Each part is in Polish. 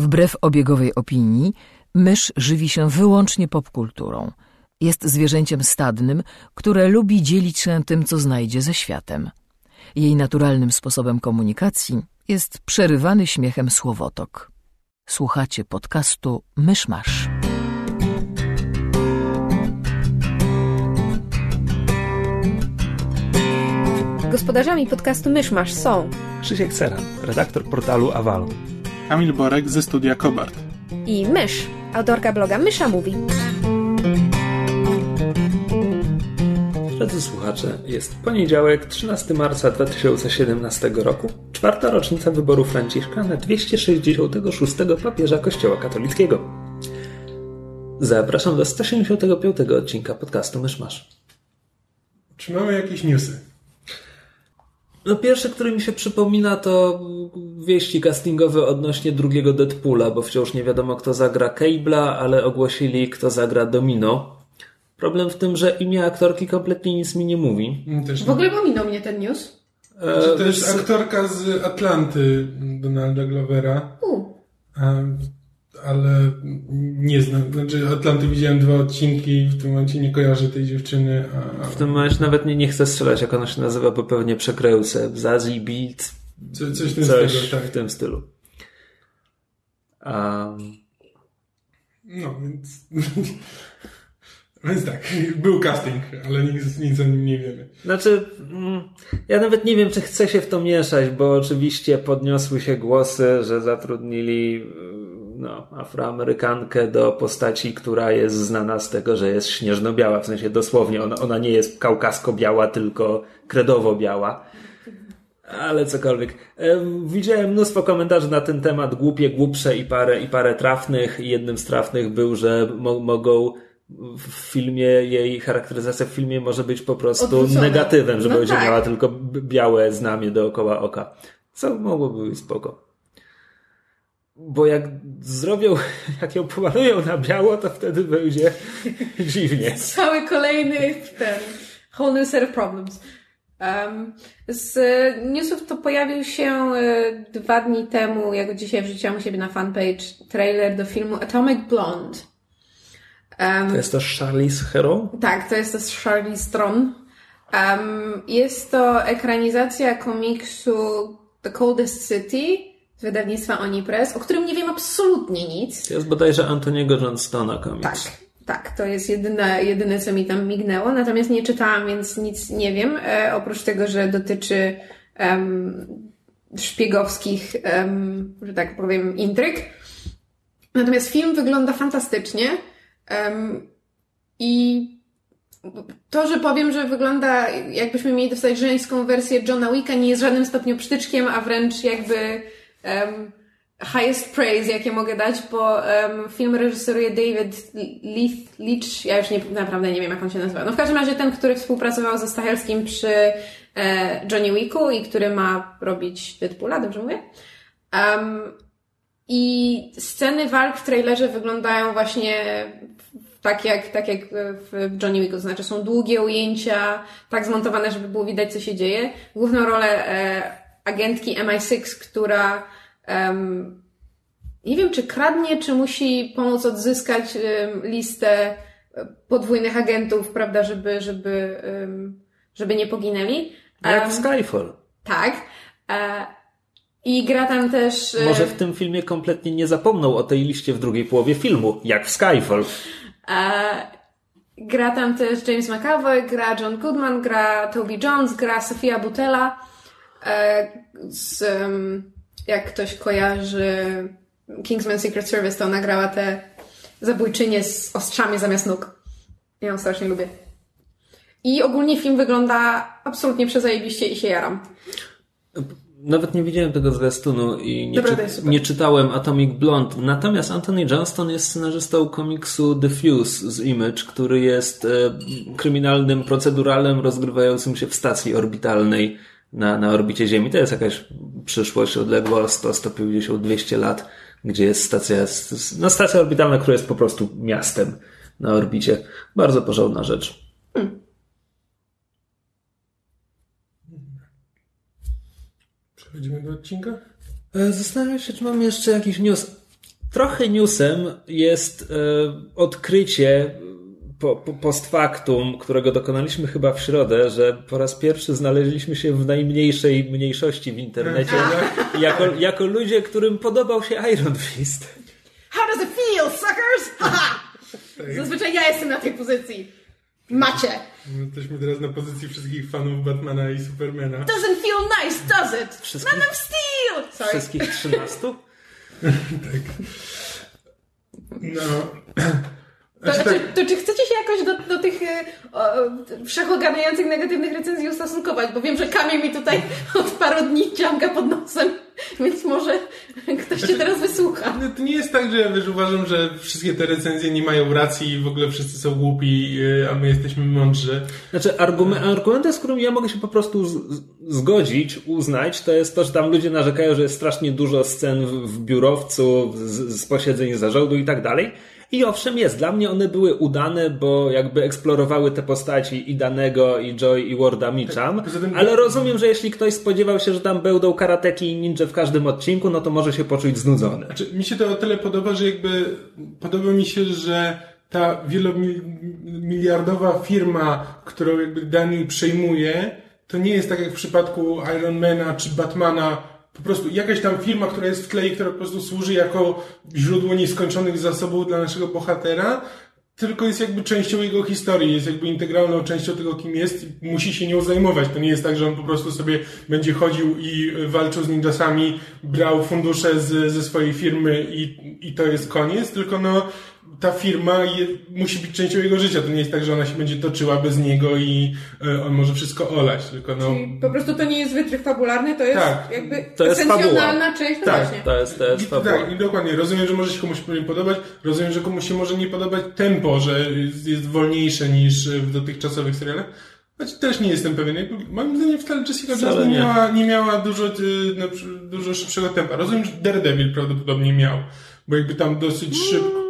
Wbrew obiegowej opinii, mysz żywi się wyłącznie popkulturą. Jest zwierzęciem stadnym, które lubi dzielić się tym, co znajdzie ze światem. Jej naturalnym sposobem komunikacji jest przerywany śmiechem słowotok. Słuchacie podcastu Myszmasz. Gospodarzami podcastu Myszmasz są Krzysiek Ceran, redaktor portalu Avalon, Kamil Borek ze studia Kobart i Mysz, autorka bloga Mysza Mówi. Drodzy słuchacze, jest poniedziałek, 13 marca 2017 roku, 4. rocznica wyboru Franciszka na 266 papieża Kościoła katolickiego. Zapraszam do 175 odcinka podcastu Myszmasz. Czy mamy jakieś newsy? No pierwszy, który mi się przypomina, to wieści castingowe odnośnie drugiego Deadpoola, bo wciąż nie wiadomo, kto zagra Cable'a, ale ogłosili, kto zagra Domino. Problem w tym, że imię aktorki kompletnie nic mi nie mówi. W ogóle pominął mnie ten news. To jest aktorka z Atlanty, Donalda Glovera. Ale nie znam. Znaczy Atlanty widziałem 2 odcinki, w tym momencie nie kojarzę tej dziewczyny. W tym momencie nawet nie chcę strzelać, jak ona się nazywa, bo pewnie przekrył se Zazie Beat. Coś w tym stylu. No, więc... Więc tak, był casting, ale nic o nim nie wiemy. Znaczy, ja nawet nie wiem, czy chcę się w to mieszać, bo oczywiście podniosły się głosy, że zatrudnili Afroamerykankę do postaci, która jest znana z tego, że jest śnieżno-biała, w sensie dosłownie, ona nie jest kaukasko-biała, tylko kredowo-biała. Ale cokolwiek. Widziałem mnóstwo komentarzy na ten temat, głupie, głupsze i parę trafnych. I jednym z trafnych był, że mogą w filmie, jej charakteryzacja w filmie może być po prostu odwrócone. Negatywem, że będzie tak. miała tylko białe znamie dookoła oka. Co mogłoby być spoko. Bo jak ją pomalują na biało, to wtedy będzie dziwnie. Cały kolejny whole new set of problems. Z newsów to pojawił się 2 dni temu, jak dzisiaj wrzuciłam u siebie na fanpage, trailer do filmu Atomic Blonde. To jest to Charlize Theron? Tak, to jest to Charlize Theron. Jest to ekranizacja komiksu The Coldest City z wydawnictwa Oni Press, o którym nie wiem absolutnie nic. To jest bodajże Antoniego Johnstona komiks. Tak, to jest jedyne, co mi tam mignęło. Natomiast nie czytałam, więc nic nie wiem. Oprócz tego, że dotyczy szpiegowskich, że tak powiem, intryg. Natomiast film wygląda fantastycznie. I to, że powiem, że wygląda jakbyśmy mieli dostać żeńską wersję Johna Wicka, nie jest żadnym stopniu przytyczkiem, a wręcz jakby highest praise, jakie mogę dać, bo film reżyseruje David Leitch, ja już naprawdę nie wiem, jak on się nazywa. No w każdym razie ten, który współpracował ze Stachelskim przy Johnny Wicku i który ma robić Deadpoola, dobrze mówię? I sceny walk w trailerze wyglądają właśnie tak jak w Johnny Wicku, to znaczy są długie ujęcia, tak zmontowane, żeby było widać, co się dzieje. Główną rolę agentki MI6, która nie wiem, czy kradnie, czy musi pomóc odzyskać listę podwójnych agentów, prawda, żeby nie poginęli. Jak w Skyfall. Tak. I gra tam też... Może w tym filmie kompletnie nie zapomną o tej liście w drugiej połowie filmu, jak w Skyfall. Gra tam też James McAvoy, gra John Goodman, gra Toby Jones, gra Sofia Boutella. Jak ktoś kojarzy Kingsman Secret Service, to ona grała te zabójczynie z ostrzami zamiast nóg. Ja ją strasznie lubię. I ogólnie film wygląda absolutnie przezajebiście i się jaram. Nawet nie widziałem tego zwiastunu i nie czytałem Atomic Blonde. Natomiast Anthony Johnston jest scenarzystą komiksu The Fuse z Image, który jest kryminalnym proceduralem rozgrywającym się w stacji orbitalnej na orbicie Ziemi. To jest jakaś przyszłość odległa o 100, 150, 200 lat, gdzie jest stacja orbitalna, która jest po prostu miastem na orbicie. Bardzo porządna rzecz. Przechodzimy do odcinka? Zastanawiam się, czy mam jeszcze jakiś news. trochę newsem jest odkrycie post factum, którego dokonaliśmy chyba w środę, że po raz pierwszy znaleźliśmy się w najmniejszej mniejszości w internecie jako ludzie, którym podobał się Iron Fist. How does it feel, suckers? Zazwyczaj ja jestem na tej pozycji. Macie. Jesteśmy teraz na pozycji wszystkich fanów Batmana i Supermana. Doesn't feel nice, does it? Man of Steel! Sorry. Wszystkich 13? Tak. No... To czy chcecie się jakoś do tych wszechogarniających negatywnych recenzji ustosunkować? Bo wiem, że Kamil mi tutaj od paru dni ciąga pod nosem, więc może ktoś cię teraz wysłucha. To nie jest tak, że ja uważam, że wszystkie te recenzje nie mają racji i w ogóle wszyscy są głupi, a my jesteśmy mądrzy. Znaczy argumentem, z którym ja mogę się po prostu zgodzić, uznać, to jest to, że tam ludzie narzekają, że jest strasznie dużo scen w biurowcu, z posiedzeń zarządu i tak dalej. I owszem jest, dla mnie one były udane, bo jakby eksplorowały te postaci i Danego, i Joy, i Warda Meacham, ale rozumiem, że jeśli ktoś spodziewał się, że tam będą karateki i ninja w każdym odcinku, no to może się poczuć znudzony. Znaczy, mi się to o tyle podoba, że jakby podoba mi się, że ta wielomiliardowa firma, którą jakby Dani przejmuje, to nie jest tak jak w przypadku Ironmana czy Batmana, po prostu jakaś tam firma, która jest w tle i która po prostu służy jako źródło nieskończonych zasobów dla naszego bohatera, tylko jest jakby częścią jego historii, jest jakby integralną częścią tego, kim jest i musi się nią zajmować. To nie jest tak, że on po prostu sobie będzie chodził i walczył z ninjasami, brał fundusze ze swojej firmy i to jest koniec, tylko ta firma musi być częścią jego życia. To nie jest tak, że ona się będzie toczyła bez niego i on może wszystko olać. Tylko Czyli po prostu to nie jest wytrych fabularny, to jest jakby to jest esencjonalna część. Tak, to jest fabuła. Tak, i dokładnie. Rozumiem, że może się komuś nie podobać. Rozumiem, że komuś się może nie podobać tempo, że jest wolniejsze niż w dotychczasowych serialach. Znaczy, też nie jestem pewien. Moim zdaniem wcale Jessica Jones nie miała dużo szybszego tempa. Rozumiem, że Daredevil prawdopodobnie miał, bo jakby tam dosyć szybko.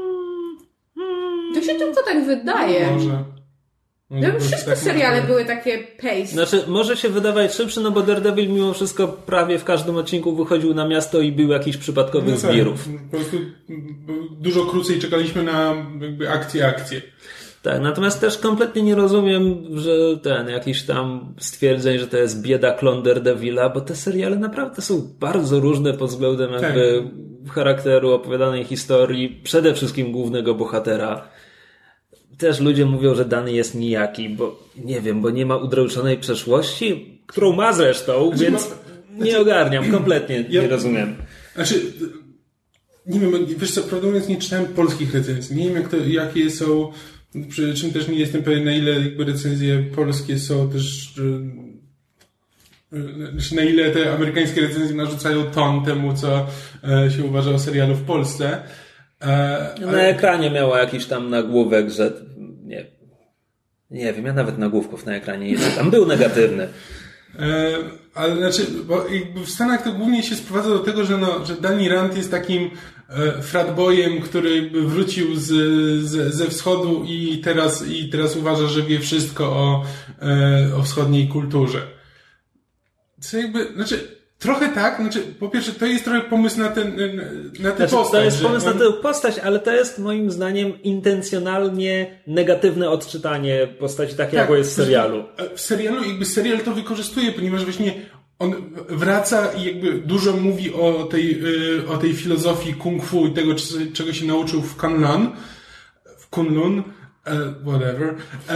To się tylko tak wydaje. Może. Wszystkie seriale były takie pace. Znaczy, może się wydawać szybszy, no bo Daredevil mimo wszystko prawie w każdym odcinku wychodził na miasto i bił jakichś przypadkowych zbirów. Po prostu dużo krócej czekaliśmy na jakby akcje. Tak, natomiast też kompletnie nie rozumiem, że jakiś tam stwierdzeń, że to jest bieda klon Daredevila, bo te seriale naprawdę są bardzo różne pod względem jakby charakteru, opowiadanej historii, przede wszystkim głównego bohatera. Też ludzie mówią, że dany jest nijaki, bo nie wiem, bo nie ma udręczonej przeszłości, którą ma zresztą, więc nie ogarniam, kompletnie nie rozumiem. Znaczy, nie wiem, wiesz co, prawdę mówiąc nie czytałem polskich recenzji, nie wiem jakie są, przy czym też nie jestem pewien, na ile jakby recenzje polskie są też, na ile te amerykańskie recenzje narzucają ton temu, co się uważa o serialu w Polsce. Na ekranie miała jakiś tam nagłówek, że nie wiem, ja nawet nagłówków na ekranie nie czytam. Był negatywny. Ale znaczy, bo w Stanach to głównie się sprowadza do tego, że Danny Rand jest takim fratboyem, który wrócił ze wschodu i teraz uważa, że wie wszystko o wschodniej kulturze. Co jakby, trochę tak, po pierwsze to jest trochę pomysł na tę postać. To jest pomysł na tę postać, ale to jest moim zdaniem intencjonalnie negatywne odczytanie postaci takiej, jak jest w serialu. W serialu serial to wykorzystuje, ponieważ właśnie on wraca i jakby dużo mówi o tej filozofii kung fu i tego, czego się nauczył w Kunlun, whatever.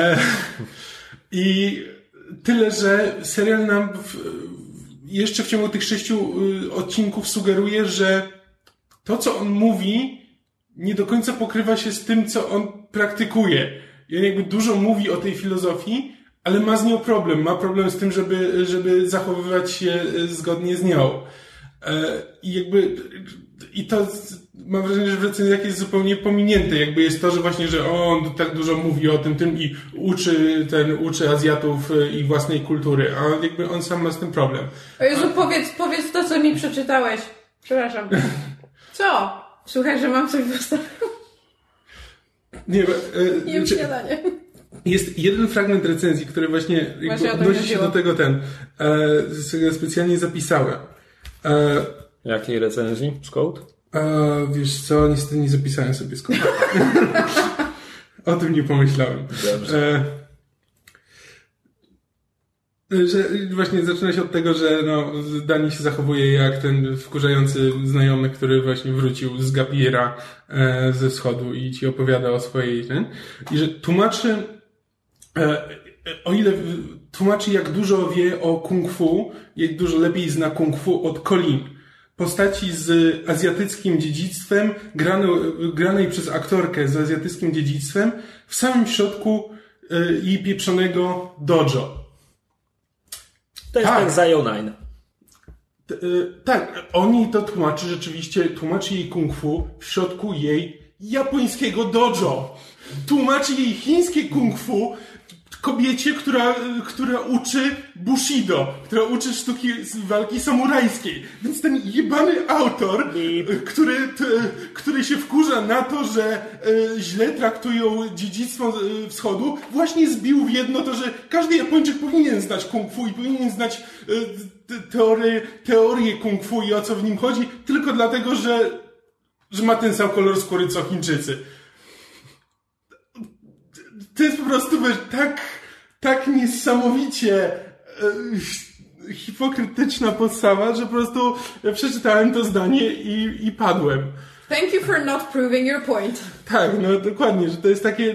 I tyle, że serial nam jeszcze w ciągu tych 6 odcinków sugeruje, że to, co on mówi, nie do końca pokrywa się z tym, co on praktykuje. I on jakby dużo mówi o tej filozofii, ale ma z nią problem. Ma problem z tym, żeby zachowywać się zgodnie z nią. I to mam wrażenie, że w recenzjach jest zupełnie pominięte. Jakby jest to, że właśnie, że on tak dużo mówi o tym i uczy Azjatów ich własnej kultury, a jakby on sam ma z tym problem. O Jezu, powiedz to, co mi przeczytałeś. Przepraszam. Co? Słuchaj, że mam coś w ustach. Jem śniadanie. Jest jeden fragment recenzji, który właśnie odnosi się do tego specjalnie zapisałem. Jakiej recenzji? Skąd? Wiesz co, niestety nie zapisałem sobie skąd. O tym nie pomyślałem. Dobrze. Że właśnie zaczyna się od tego, że Dani się zachowuje jak ten wkurzający znajomy, który właśnie wrócił z Gapiera ze wschodu i ci opowiada o swojej i że tłumaczy o ile tłumaczy jak dużo wie o kung fu, jak dużo lepiej zna kung fu od Colin. Postaci z azjatyckim dziedzictwem, granej przez aktorkę z azjatyckim dziedzictwem, w samym środku jej pieprzonego dojo. To jest tak Zion 9. Tak, oni to tłumaczy rzeczywiście, tłumaczy jej kung fu w środku jej japońskiego dojo. Tłumaczy jej chińskie kung fu kobiecie, która uczy bushido, która uczy sztuki walki samurajskiej. Więc ten jebany autor, który się wkurza na to, że źle traktują dziedzictwo wschodu, właśnie zbił w jedno to, że każdy Japończyk powinien znać kung fu i powinien znać teorię kung fu i o co w nim chodzi, tylko dlatego, że ma ten sam kolor skóry co Chińczycy. To jest po prostu tak niesamowicie hipokrytyczna podstawa, że po prostu ja przeczytałem to zdanie i padłem. Thank you for not proving your point. Tak, dokładnie, że to jest takie...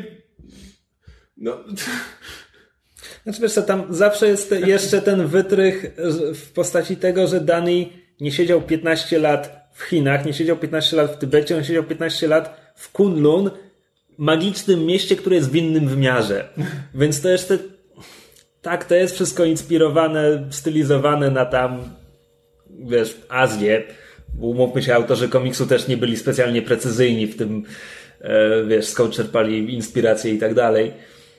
Znaczy wiesz co, tam zawsze jest jeszcze ten wytrych w postaci tego, że Dani nie siedział 15 lat w Chinach, nie siedział 15 lat w Tybecie, on siedział 15 lat w Kunlun, magicznym mieście, które jest w innym wymiarze. Więc to jeszcze... Tak, to jest wszystko inspirowane, stylizowane na tam, wiesz, Azję. Umówmy się, autorzy komiksu też nie byli specjalnie precyzyjni w tym, wiesz, skąd czerpali inspiracje i tak dalej.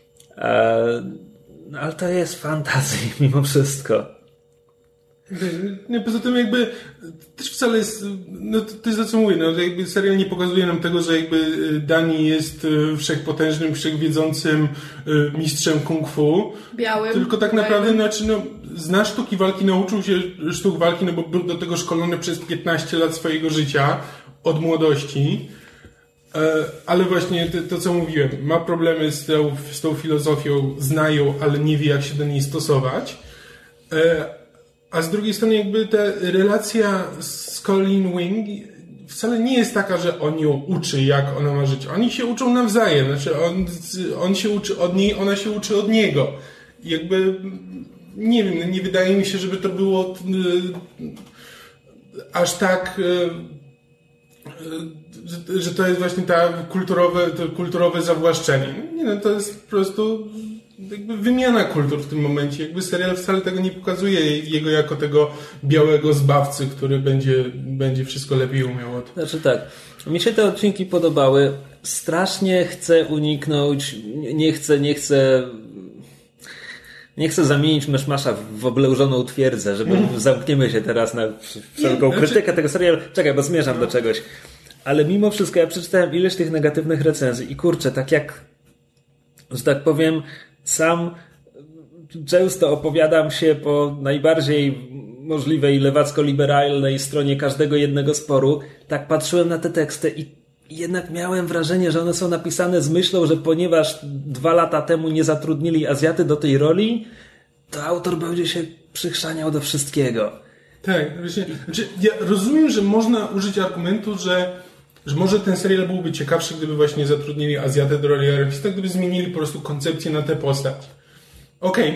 Ale to jest fantazja mimo wszystko. Nie, poza tym jakby też wcale jest, to jest to co mówię, że jakby serial nie pokazuje nam tego, że jakby Dani jest wszechpotężnym, wszechwiedzącym mistrzem kung fu. Białym. Tylko tak naprawdę, zna sztuki walki, nauczył się sztuk walki, bo był do tego szkolony przez 15 lat swojego życia, od młodości. Ale właśnie to co mówiłem, ma problemy z tą filozofią, zna ją, ale nie wie jak się do niej stosować. A z drugiej strony jakby ta relacja z Colleen Wing wcale nie jest taka, że on ją uczy, jak ona ma żyć. Oni się uczą nawzajem. Znaczy on się uczy od niej, ona się uczy od niego. I jakby nie wiem, nie wydaje mi się, żeby to było aż tak, że to jest właśnie to kulturowe zawłaszczenie. Nie, to jest po prostu jakby wymiana kultur w tym momencie. Jakby serial wcale tego nie pokazuje jego jako tego białego zbawcy, który będzie wszystko lepiej umiał. Znaczy tak, mi się te odcinki podobały. Strasznie chcę uniknąć, nie chcę zamienić Myszmasza w oblężoną twierdzę, żeby zamkniemy się teraz na wszelką krytykę tego serialu. Czekaj, bo zmierzam do czegoś. Ale mimo wszystko ja przeczytałem ileś tych negatywnych recenzji i kurczę, tak jak, że tak powiem, sam często opowiadam się po najbardziej możliwej lewacko-liberalnej stronie każdego jednego sporu, tak patrzyłem na te teksty i jednak miałem wrażenie, że one są napisane z myślą, że ponieważ 2 lata temu nie zatrudnili Azjaty do tej roli, to autor będzie się przychrzaniał do wszystkiego. Tak, właśnie. Znaczy, ja rozumiem, że można użyć argumentu, że może ten serial byłby ciekawszy, gdyby właśnie zatrudnili Azjatę do roli artysty, gdyby zmienili po prostu koncepcję na tę postać. Okej,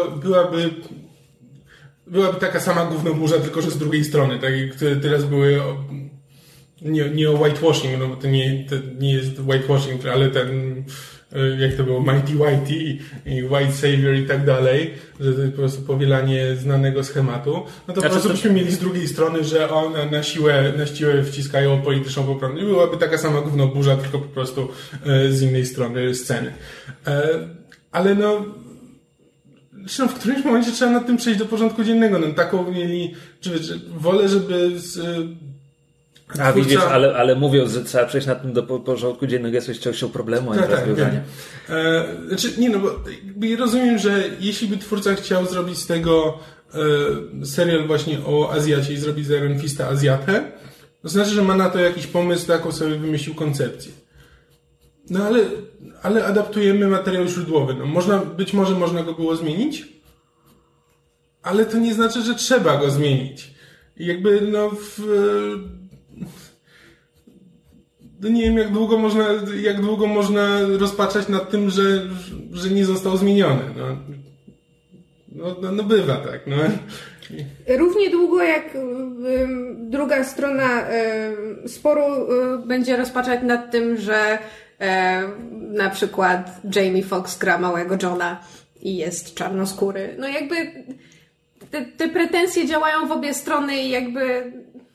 byłaby taka sama gównoburza, tylko że z drugiej strony, tak jak teraz były nie o whitewashing, bo to nie jest whitewashing, ale ten, jak to było, Mighty Whitey i White Savior i tak dalej, że to po prostu powielanie znanego schematu, to po prostu byśmy mieli z drugiej strony, że one na siłę wciskają polityczną poprawność. Byłaby taka sama gównoburza, tylko po prostu z innej strony sceny. Ale zresztą w którymś momencie trzeba nad tym przejść do porządku dziennego. Taką mieli, że wolę, żeby widzisz, ale mówiąc, że trzeba przejść nad tym do porządku dziennego, jesteś częścią problemu, a nie rozwiązania. Bo rozumiem, że jeśli by twórca chciał zrobić z tego serial właśnie o Azjacie i zrobić z Iron Fista Azjatę, To znaczy, że ma na to jakiś pomysł, taką sobie wymyślił koncepcję. No ale adaptujemy materiał źródłowy. No być może można go było zmienić, ale to nie znaczy, że trzeba go zmienić. I jakby nie wiem, jak długo można rozpaczać nad tym, że nie został zmieniony. No bywa tak. No. Równie długo jak druga strona sporu będzie rozpaczać nad tym, że na przykład Jamie Foxx gra małego Johna i jest czarnoskóry. No jakby te pretensje działają w obie strony i jakby...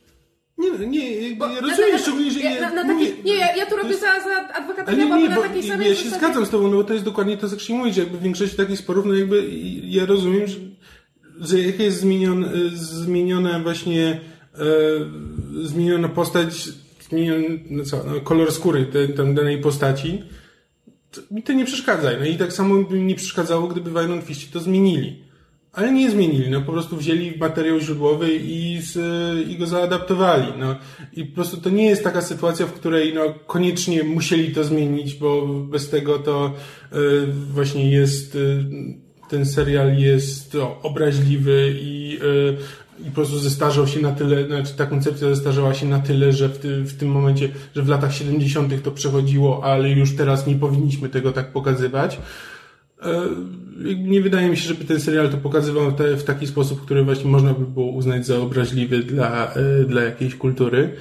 Ja rozumiem, szczególnie, że... Ja tu robię za adwokata diabła, bo na takiej samej ja się zgadzam z tobą, no bo to jest dokładnie to, co Krzysiek mówi, że jakby w większości takich sporów, no jakby ja rozumiem, że jaka jest zmieniona właśnie zmieniona postać, kolor skóry tej danej postaci, to mi to nie przeszkadza. No i tak samo by mi nie przeszkadzało, gdyby w Iron Fistie to zmienili. Ale nie zmienili, no po prostu wzięli materiał źródłowy i go zaadaptowali. No. I po prostu to nie jest taka sytuacja, w której koniecznie musieli to zmienić, bo bez tego to właśnie jest ten serial jest obraźliwy i po prostu zestarzał się na tyle, znaczy ta koncepcja zestarzała się na tyle, że w tym momencie, że w latach 70. to przechodziło, ale już teraz nie powinniśmy tego tak pokazywać. Nie wydaje mi się, żeby ten serial to pokazywał w taki sposób, który właśnie można by było uznać za obraźliwy dla jakiejś kultury.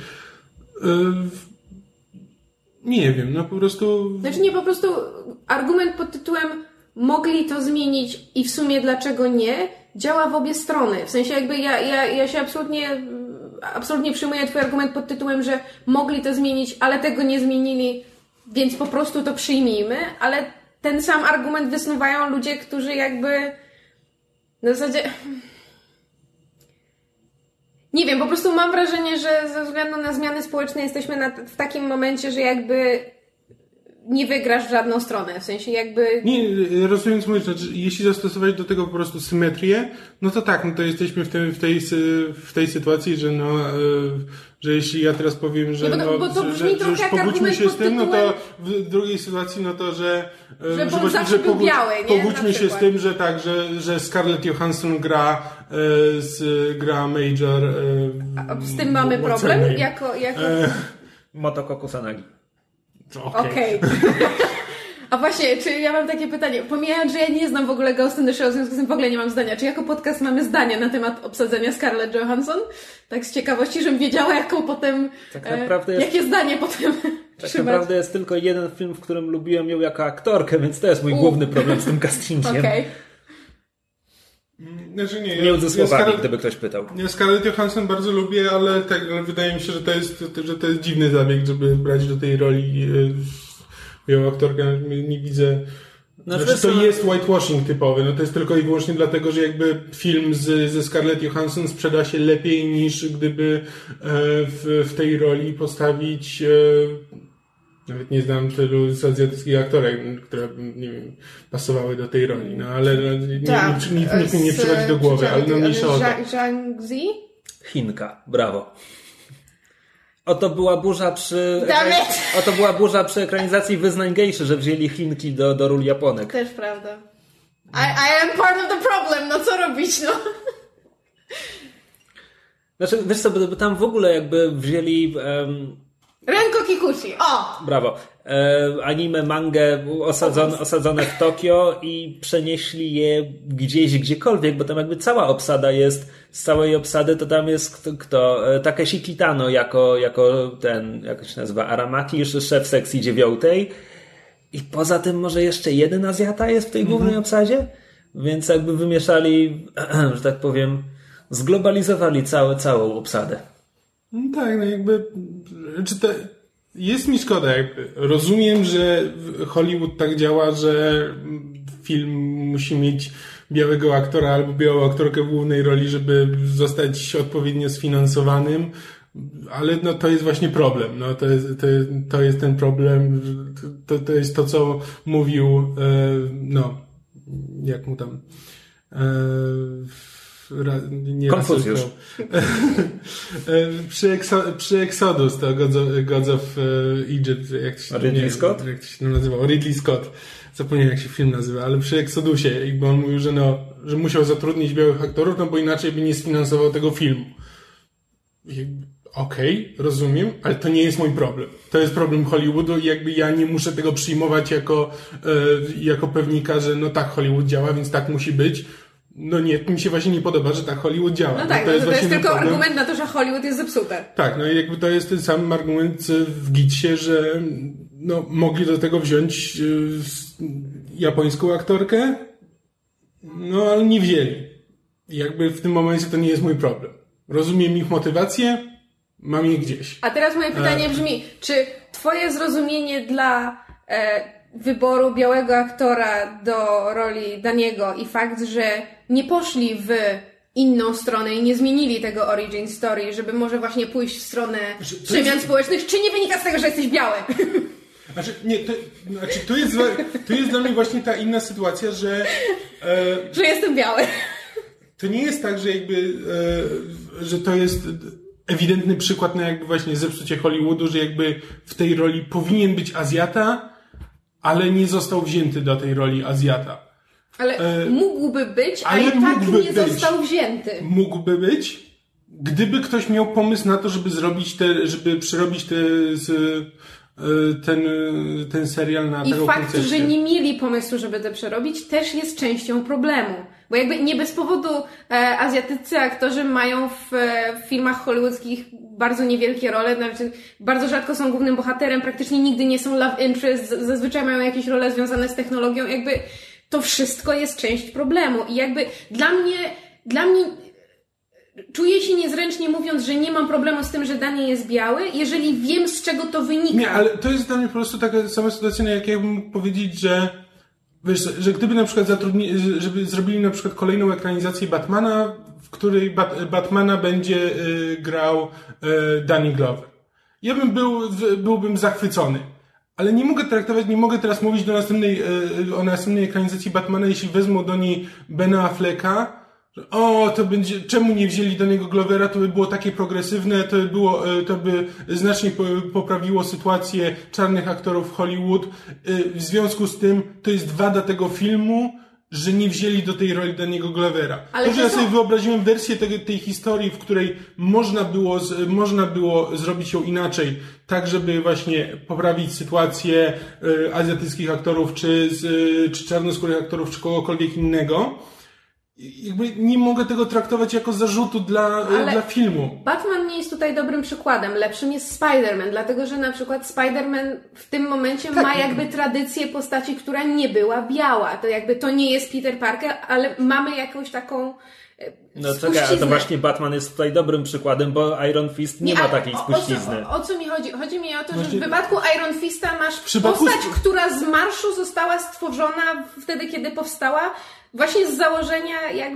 Nie wiem, no po prostu... Znaczy nie, po prostu argument pod tytułem mogli to zmienić i w sumie dlaczego nie, działa w obie strony. W sensie jakby ja się absolutnie przyjmuję twój argument pod tytułem, że mogli to zmienić, ale tego nie zmienili, więc po prostu to przyjmijmy, ale ten sam argument wysnuwają ludzie, którzy jakby w zasadzie... Nie wiem, po prostu mam wrażenie, że ze względu na zmiany społeczne jesteśmy w takim momencie, że jakby nie wygrasz w żadną stronę, w sensie jakby... Nie, rozumiem co mówisz, znaczy, jeśli zastosować do tego po prostu symetrię, no to tak, no to jesteśmy w tej sytuacji, że jeśli ja teraz powiem, że, bo to brzmi że już pogódźmy się z tym, no to w drugiej sytuacji, no to, że pogódźmy się z tym, że tak, że Scarlett Johansson gra Major. Z tym mamy problem? Jako... Motoko Kusanagi. Okej. A właśnie, czy ja mam takie pytanie, pomijając, że ja nie znam w ogóle Ghost in the Shell, w związku z tym w ogóle nie mam zdania, czy jako podcast mamy zdanie na temat obsadzenia Scarlett Johansson? Tak z ciekawości, żebym wiedziała, jaką potem, jakie zdanie potem tak naprawdę jest tylko jeden film, w którym lubiłem ją jako aktorkę, więc to jest mój główny problem z tym castingiem. Okej. Znaczy między słowami, gdyby ktoś pytał. Ja Scarlett Johansson bardzo lubię, ale wydaje mi się, że to jest dziwny zabieg, żeby brać do tej roli ją aktorkę. Nie widzę... Znaczy, to jest whitewashing typowy. No to jest tylko i wyłącznie dlatego, że jakby film ze Scarlett Johansson sprzeda się lepiej niż gdyby w tej roli postawić... Nawet nie znam tylu azjatyckich aktorek, które nie wiem, pasowały do tej roli, no ale nic mi nie przychodzi do głowy, ale no mniejsza o to. Zhang Zi? Chinka, brawo. Oto była burza przy ekranizacji Wyznań Gejszy, że wzięli Chinki do ról Japonek. Też prawda. I am part of the problem, no co robić, no? Znaczy, wiesz co, by tam w ogóle jakby wzięli... Renko Kikuchi, o! Brawo. Anime, mangę osadzone w Tokio i przenieśli je gdziekolwiek, bo tam jakby cała obsada jest, z całej obsady to tam jest kto? Takeshi Kitano jako ten, jak się nazywa, Aramaki, szef sekcji 9. I poza tym może jeszcze jeden Azjata jest w tej głównej obsadzie? Więc jakby wymieszali, że tak powiem, zglobalizowali całą obsadę. No tak, no jakby jest mi szkoda, jakby rozumiem, że Hollywood tak działa, że film musi mieć białego aktora albo białą aktorkę w głównej roli, żeby zostać odpowiednio sfinansowanym, ale no to jest właśnie problem, no to jest ten problem, to jest to, co mówił jak mu tam Nie Konfucjusz. Przy Exodus to Gods of Egypt, jak to się nazywał? Ridley Scott. Zapomniałem, jak się film nazywa, ale przy Exodusie, bo on mówił, że musiał zatrudnić białych aktorów, bo inaczej by nie sfinansował tego filmu. Okej, rozumiem, ale to nie jest mój problem. To jest problem Hollywoodu i ja nie muszę tego przyjmować jako pewnika, że tak, Hollywood działa, więc tak musi być. No nie, mi się właśnie nie podoba, że tak Hollywood działa. No tak, to jest tylko argument na to, że Hollywood jest zepsute. Tak, i to jest ten sam argument w Gitsie, że mogli do tego wziąć japońską aktorkę, ale nie wzięli. W tym momencie to nie jest mój problem. Rozumiem ich motywację, mam je gdzieś. A teraz moje pytanie brzmi, czy twoje zrozumienie dla wyboru białego aktora do roli Daniego i fakt, że nie poszli w inną stronę i nie zmienili tego origin story, żeby może właśnie pójść w stronę przemian społecznych, czy nie wynika z tego, że jesteś biały? To jest dla mnie właśnie ta inna sytuacja, że że jestem biały. To nie jest tak, że że to jest ewidentny przykład na właśnie zepsucie Hollywoodu, że w tej roli powinien być Azjata, ale nie został wzięty do tej roli Azjata. Ale mógłby być, a i tak nie został wzięty. Mógłby być, gdyby ktoś miał pomysł na to, żeby przerobić ten serial na taką koncepcję. I fakt, koncepcję. że nie mieli pomysłu, żeby to przerobić, też jest częścią problemu. Bo nie bez powodu azjatyccy aktorzy mają w filmach hollywoodzkich bardzo niewielkie role, nawet bardzo rzadko są głównym bohaterem, praktycznie nigdy nie są love interest, zazwyczaj mają jakieś role związane z technologią, to wszystko jest część problemu. I dla mnie czuję się niezręcznie mówiąc, że nie mam problemu z tym, że Daniel jest biały, jeżeli wiem, z czego to wynika. Nie, ale to jest dla mnie po prostu taka sama sytuacja, jak ja bym mógł powiedzieć, że że gdyby na przykład żeby zrobili na przykład kolejną ekranizację Batmana, w której Batmana będzie grał Danny Glover. Ja byłbym zachwycony. Ale nie mogę teraz mówić o następnej ekranizacji Batmana, jeśli wezmą do niej Bena Afflecka, że to będzie, czemu nie wzięli Danny'ego Glovera, to by było takie progresywne, to by znacznie poprawiło sytuację czarnych aktorów w Hollywood. W związku z tym to jest wada tego filmu, że nie wzięli do tej roli Danny'ego Glovera. Ale ja sobie wyobraziłem wersję tej historii, w której można było zrobić ją inaczej, tak żeby właśnie poprawić sytuację azjatyckich aktorów, czy czarnoskórych aktorów, czy kogokolwiek innego. Nie mogę tego traktować jako zarzutu dla filmu. Batman nie jest tutaj dobrym przykładem. Lepszym jest Spider-Man, dlatego że na przykład Spider-Man w tym momencie ma tradycję postaci, która nie była biała. To nie jest Peter Parker, ale mamy jakąś taką czekaj, ale to właśnie Batman jest tutaj dobrym przykładem, bo Iron Fist nie ma takiej spuścizny. O co mi chodzi? Chodzi mi o to, że w wypadku Iron Fista masz postać, która z marszu została stworzona wtedy, kiedy powstała, właśnie z założenia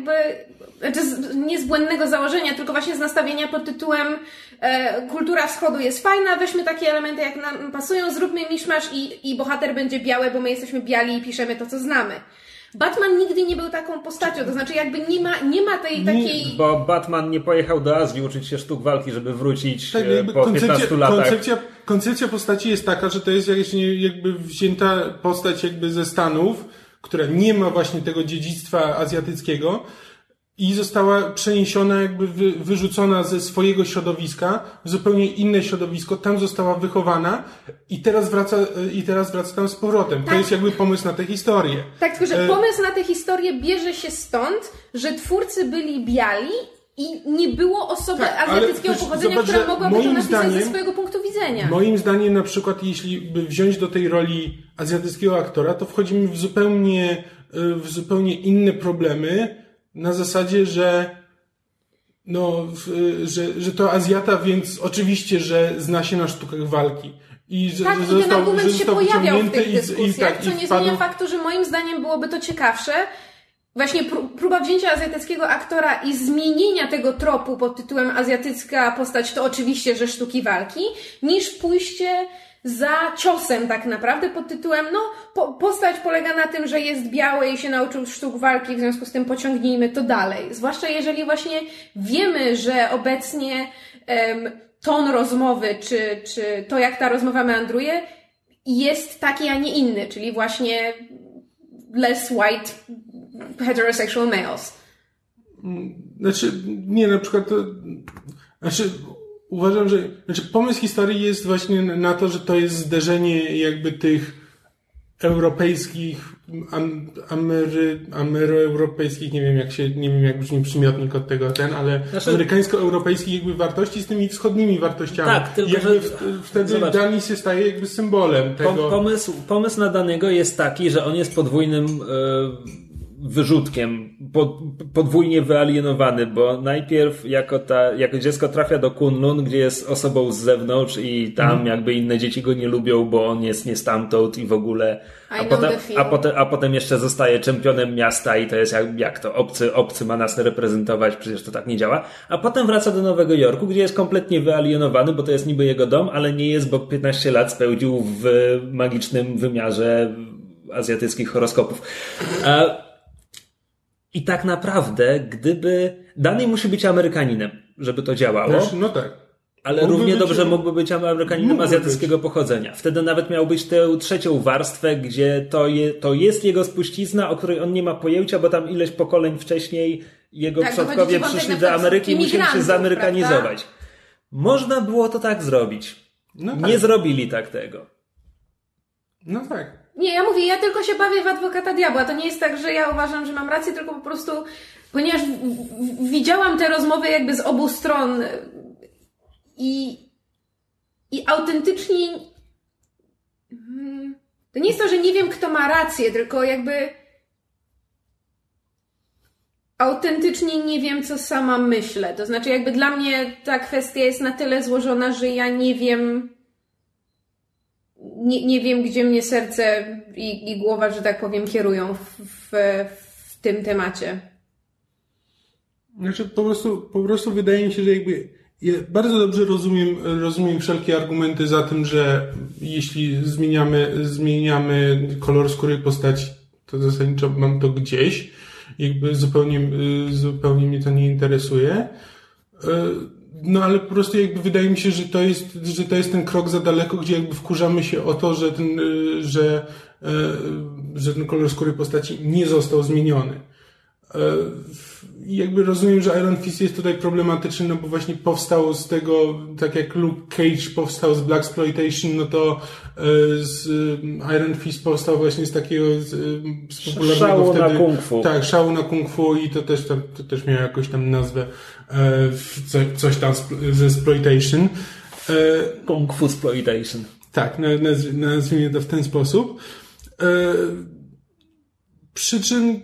nie z błędnego założenia, tylko właśnie z nastawienia pod tytułem kultura wschodu jest fajna, weźmy takie elementy, jak nam pasują, zróbmy miszmasz i bohater będzie biały, bo my jesteśmy biali i piszemy to, co znamy. Batman nigdy nie był taką postacią, to znaczy nie ma tej takiej... Bo Batman nie pojechał do Azji uczyć się sztuk walki, żeby wrócić po 15 latach. Koncepcja postaci jest taka, że to jest wzięta postać ze Stanów, która nie ma właśnie tego dziedzictwa azjatyckiego i została przeniesiona, wyrzucona ze swojego środowiska w zupełnie inne środowisko, tam została wychowana i teraz wraca tam z powrotem. Tak. To jest pomysł na tę historię. Tak, tylko że pomysł na tę historię bierze się stąd, że twórcy byli biali i nie było osoby azjatyckiego pochodzenia, która mogłaby to napisać ze swojego punktu widzenia. Moim zdaniem na przykład, jeśli by wziąć do tej roli azjatyckiego aktora, to wchodzimy w zupełnie inne problemy na zasadzie, że to Azjata, więc oczywiście, że zna się na sztukach walki. I ten argument się pojawiał w tych dyskusjach, co nie zmienia faktu, że moim zdaniem byłoby to ciekawsze, właśnie próba wzięcia azjatyckiego aktora i zmienienia tego tropu pod tytułem azjatycka postać to oczywiście, że sztuki walki, niż pójście za ciosem tak naprawdę pod tytułem postać polega na tym, że jest biały i się nauczył sztuk walki, w związku z tym pociągnijmy to dalej. Zwłaszcza jeżeli właśnie wiemy, że obecnie ton rozmowy, czy to jak ta rozmowa meandruje jest taki, a nie inny, czyli właśnie less white heterosexual males. Znaczy, nie, na przykład uważam, że pomysł historii jest właśnie na to, że to jest zderzenie jakby tych europejskich, ameroeuropejskich, nie wiem jak brzmi przymiotnik od tego ale amerykańsko-europejskich jakby wartości z tymi wschodnimi wartościami. Tak, tylko jakby wtedy Dani się staje jakby symbolem tego. Pomysł na Danego jest taki, że on jest podwójnym wyrzutkiem, podwójnie wyalienowany, bo najpierw jako dziecko trafia do Kunlun, gdzie jest osobą z zewnątrz i tam jakby inne dzieci go nie lubią, bo on jest nie stamtąd i w ogóle a potem jeszcze zostaje czempionem miasta i to jest jak to obcy ma nas reprezentować, przecież to tak nie działa, a potem wraca do Nowego Jorku, gdzie jest kompletnie wyalienowany, bo to jest niby jego dom, ale nie jest, bo 15 lat spędził w magicznym wymiarze azjatyckich horoskopów. I tak naprawdę, Dany musi być Amerykaninem, żeby to działało. No tak. Ale równie dobrze mógłby być Amerykaninem azjatyckiego pochodzenia. Wtedy nawet miał być tę trzecią warstwę, gdzie to jest jego spuścizna, o której on nie ma pojęcia, bo tam ileś pokoleń wcześniej jego przodkowie przyszli do Ameryki i musieli się zamerykanizować. Prawda? Można było to tak zrobić. No tak. Nie zrobili tak tego. No tak. Nie, ja tylko się bawię w adwokata diabła. To nie jest tak, że ja uważam, że mam rację, tylko po prostu, ponieważ widziałam te rozmowy jakby z obu stron i autentycznie to nie jest to, że nie wiem, kto ma rację, tylko jakby autentycznie nie wiem, co sama myślę. To znaczy jakby dla mnie ta kwestia jest na tyle złożona, że ja nie wiem gdzie mnie serce i głowa, że tak powiem, kierują w tym temacie. Znaczy po prostu wydaje mi się, że jakby ja bardzo dobrze rozumiem wszelkie argumenty za tym, że jeśli zmieniamy kolor skóry postaci, to zasadniczo mam to gdzieś. Jakby zupełnie mnie to nie interesuje. No ale po prostu jakby wydaje mi się, że to jest ten krok za daleko, gdzie jakby wkurzamy się o to, że ten kolor skóry postaci nie został zmieniony. I jakby rozumiem, że Iron Fist jest tutaj problematyczny, no bo właśnie powstał z tego, tak jak Luke Cage powstał z Blaxploitation, no to Iron Fist powstał właśnie z takiego z popularnego szału wtedy, na kung fu. Tak, szału na kung fu i to też miało jakąś tam nazwę coś tam ze exploitation. Kung fu exploitation. Tak, nazwijmy to w ten sposób. Przy czym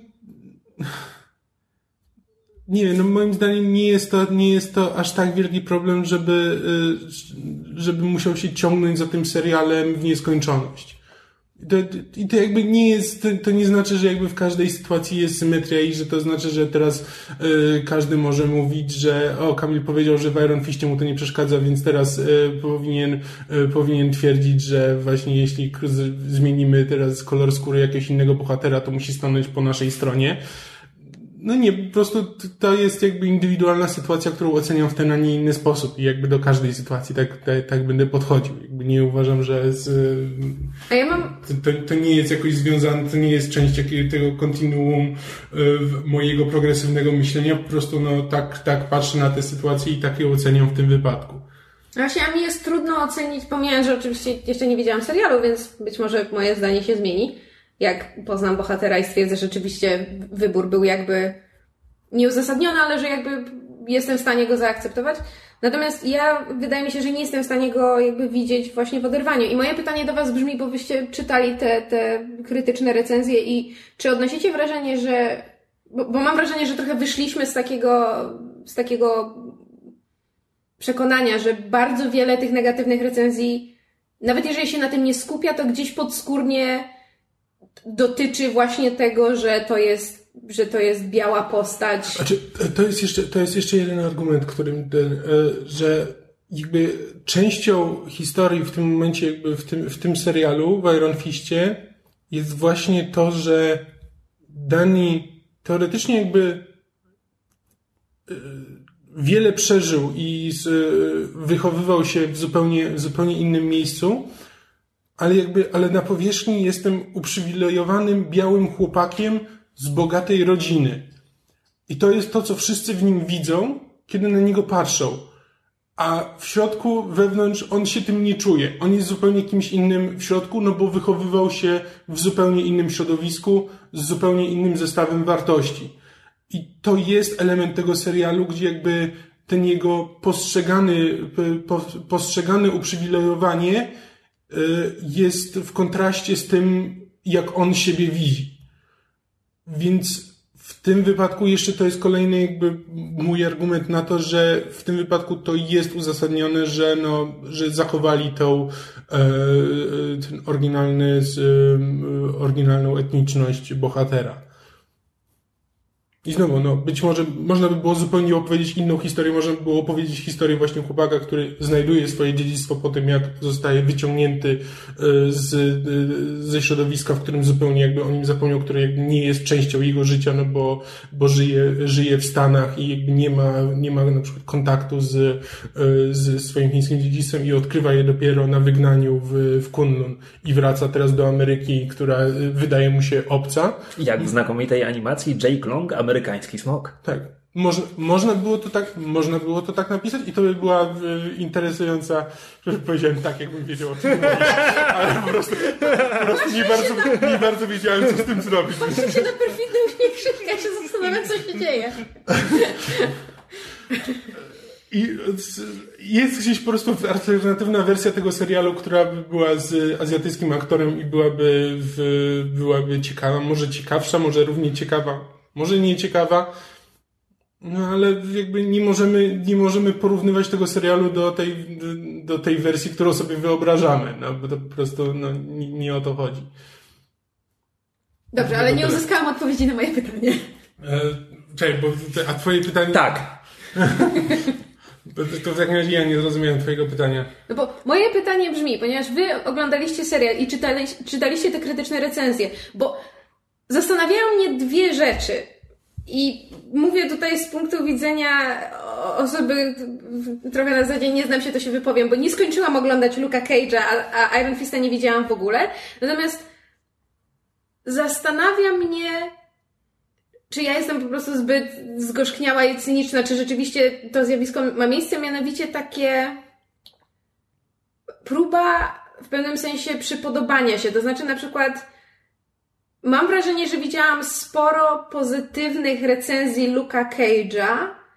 nie wiem, no moim zdaniem nie jest to aż tak wielki problem, żeby musiał się ciągnąć za tym serialem w nieskończoność. I to jakby nie jest, to nie znaczy, że jakby w każdej sytuacji jest symetria i że to znaczy, że teraz każdy może mówić, że Kamil powiedział, że w Iron Fistie mu to nie przeszkadza, więc teraz powinien twierdzić, że właśnie jeśli zmienimy teraz kolor skóry jakiegoś innego bohatera, to musi stanąć po naszej stronie. No nie, po prostu to jest jakby indywidualna sytuacja, którą oceniam w ten, a nie inny sposób i jakby do każdej sytuacji tak będę podchodził. Jakby nie uważam, że to nie jest jakoś związane, to nie jest część tego kontinuum mojego progresywnego myślenia, po prostu tak patrzę na tę sytuację i tak ją oceniam w tym wypadku. Właśnie, a mi jest trudno ocenić, pomijając, że oczywiście jeszcze nie widziałam serialu, więc być może moje zdanie się zmieni. Jak poznam bohatera i stwierdzę, że rzeczywiście wybór był jakby nieuzasadniony, ale że jakby jestem w stanie go zaakceptować. Natomiast wydaje mi się, że nie jestem w stanie go jakby widzieć właśnie w oderwaniu. I moje pytanie do was brzmi, bo wyście czytali te krytyczne recenzje i czy odnosicie wrażenie, że... Bo mam wrażenie, że trochę wyszliśmy z takiego przekonania, że bardzo wiele tych negatywnych recenzji, nawet jeżeli się na tym nie skupia, to gdzieś podskórnie dotyczy właśnie tego, że to jest biała postać. Znaczy, to jest jeszcze jeden argument, że jakby częścią historii w tym momencie, jakby w tym serialu, w Iron Fistie, jest właśnie to, że Danny teoretycznie jakby wiele przeżył i wychowywał się w zupełnie innym miejscu, ale na powierzchni jestem uprzywilejowanym białym chłopakiem z bogatej rodziny. I to jest to, co wszyscy w nim widzą, kiedy na niego patrzą. A w środku, wewnątrz, on się tym nie czuje. On jest zupełnie kimś innym w środku, no bo wychowywał się w zupełnie innym środowisku, z zupełnie innym zestawem wartości. I to jest element tego serialu, gdzie jakby ten jego postrzegane uprzywilejowanie jest w kontraście z tym, jak on siebie widzi. Więc w tym wypadku jeszcze to jest kolejny jakby mój argument na to, że w tym wypadku to jest uzasadnione, że zachowali ten oryginalną etniczność bohatera. I znowu, być może można by było zupełnie opowiedzieć inną historię, można by było opowiedzieć historię właśnie chłopaka, który znajduje swoje dziedzictwo po tym, jak zostaje wyciągnięty ze środowiska, w którym zupełnie jakby o nim zapomniał, które jakby nie jest częścią jego życia, bo żyje w Stanach i jakby nie ma na przykład kontaktu z swoim chińskim dziedzictwem i odkrywa je dopiero na wygnaniu w Kunlun i wraca teraz do Ameryki, która wydaje mu się obca. Jak w znakomitej animacji Jake Long, amerykański smok. Tak. Można było to tak napisać i to by była interesująca, że powiedziałem tak, jakbym wiedział o czym mówić, ale po prostu nie bardzo wiedziałem, co z tym zrobić. Patrzcie na perfidny uśmiech Krzyśka, ja się zastanawiam, co się dzieje. I jest gdzieś po prostu alternatywna wersja tego serialu, która by była z azjatyckim aktorem i byłaby ciekawa, może ciekawsza, może równie ciekawa, może nie ciekawa, no ale jakby nie możemy porównywać tego serialu do tej wersji, którą sobie wyobrażamy, bo to po prostu nie o to chodzi. Dobrze, ale nie uzyskałam odpowiedzi na moje pytanie. Czekaj, a twoje pytanie... Tak. To w takim razie ja nie zrozumiałem twojego pytania. No bo moje pytanie brzmi, ponieważ wy oglądaliście serial i czytaliście te krytyczne recenzje, bo zastanawiają mnie dwie rzeczy. I mówię tutaj z punktu widzenia osoby trochę na zasadzie nie znam się, to się wypowiem, bo nie skończyłam oglądać Luke'a Cage'a, a Iron Fista nie widziałam w ogóle. Natomiast zastanawia mnie, czy ja jestem po prostu zbyt zgorzkniała i cyniczna, czy rzeczywiście to zjawisko ma miejsce, mianowicie takie próba w pewnym sensie przypodobania się. To znaczy na przykład mam wrażenie, że widziałam sporo pozytywnych recenzji Luke'a Cage'a,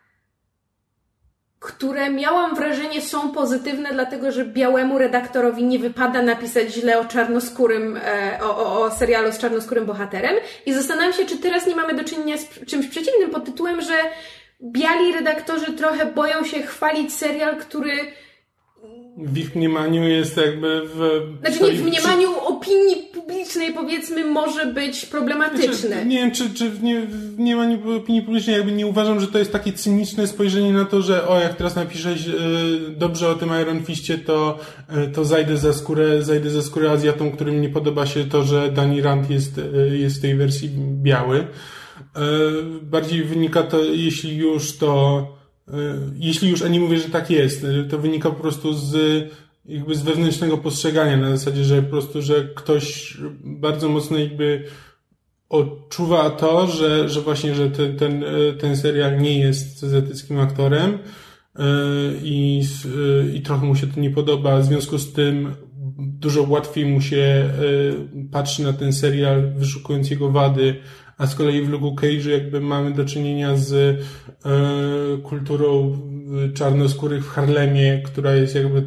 które miałam wrażenie są pozytywne, dlatego że białemu redaktorowi nie wypada napisać źle o czarnoskórym, o serialu z czarnoskórym bohaterem. I zastanawiam się, czy teraz nie mamy do czynienia z czymś przeciwnym pod tytułem, że biali redaktorzy trochę boją się chwalić serial, który w ich mniemaniu jest jakby Znaczy nie, w mniemaniu opinii publicznej powiedzmy może być problematyczne. Nie wiem, czy w mniemaniu opinii publicznej jakby nie uważam, że to jest takie cyniczne spojrzenie na to, że jak teraz napiszesz dobrze o tym Iron Fistie, to zajdę za skórę Azjatom, którym nie podoba się to, że Danny Rand jest w tej wersji biały. Bardziej wynika to, jeśli już, a nie mówię, że tak jest, to wynika po prostu z wewnętrznego postrzegania, na zasadzie, że po prostu, że ktoś bardzo mocno jakby odczuwa to, że właśnie, że ten serial nie jest azjatyckim aktorem i trochę mu się to nie podoba, w związku z tym dużo łatwiej mu się patrzy na ten serial, wyszukując jego wady, a z kolei w Luke'u Cage'u jakby mamy do czynienia z kulturą czarnoskórych w Harlemie, która jest jakby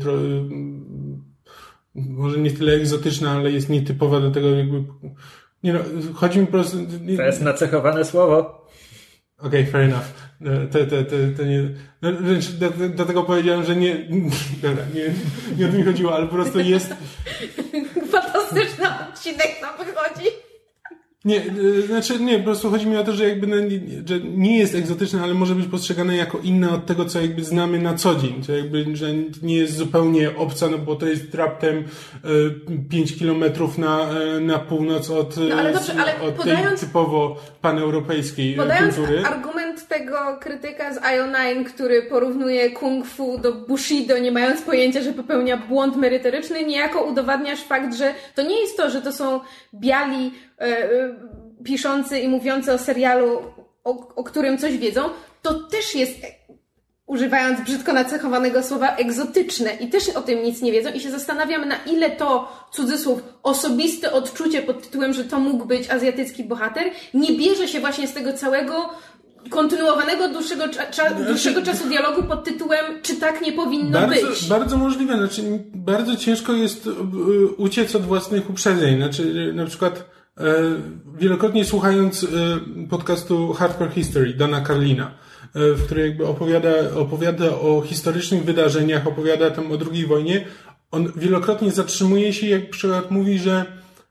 może nie tyle egzotyczna, ale jest nietypowa do tego jakby... Nie no, chodzi mi po prostu... To jest nacechowane słowo. Okej, fair enough. To nie... No, dlatego powiedziałem, że nie... Dobra, nie o to mi chodziło, ale po prostu jest... Fantastyczny odcinek nam wychodzi. Nie, po prostu chodzi mi o to, że jakby że nie jest egzotyczne, ale może być postrzegane jako inne od tego, co jakby znamy na co dzień, że nie jest zupełnie obca, no bo to jest raptem 5 kilometrów na północ od tej typowo paneuropejskiej kultury. Podając argument tego krytyka z IO9, który porównuje kung fu do bushido, nie mając pojęcia, że popełnia błąd merytoryczny, niejako udowadniasz fakt, że to nie jest to, że to są biali piszący i mówiący o serialu, o którym coś wiedzą, to też jest, używając brzydko nacechowanego słowa, egzotyczne i też o tym nic nie wiedzą i się zastanawiam, na ile to, cudzysłów, osobiste odczucie pod tytułem, że to mógł być azjatycki bohater, nie bierze się właśnie z tego całego kontynuowanego dłuższego czasu dialogu pod tytułem, czy tak nie powinno być. Bardzo możliwe, bardzo ciężko jest uciec od własnych uprzedzeń, na przykład wielokrotnie słuchając podcastu Hardcore History Dana Carlina, w którym jakby opowiada o historycznych wydarzeniach, opowiada tam o II wojnie, on wielokrotnie zatrzymuje się, jak przykład mówi, że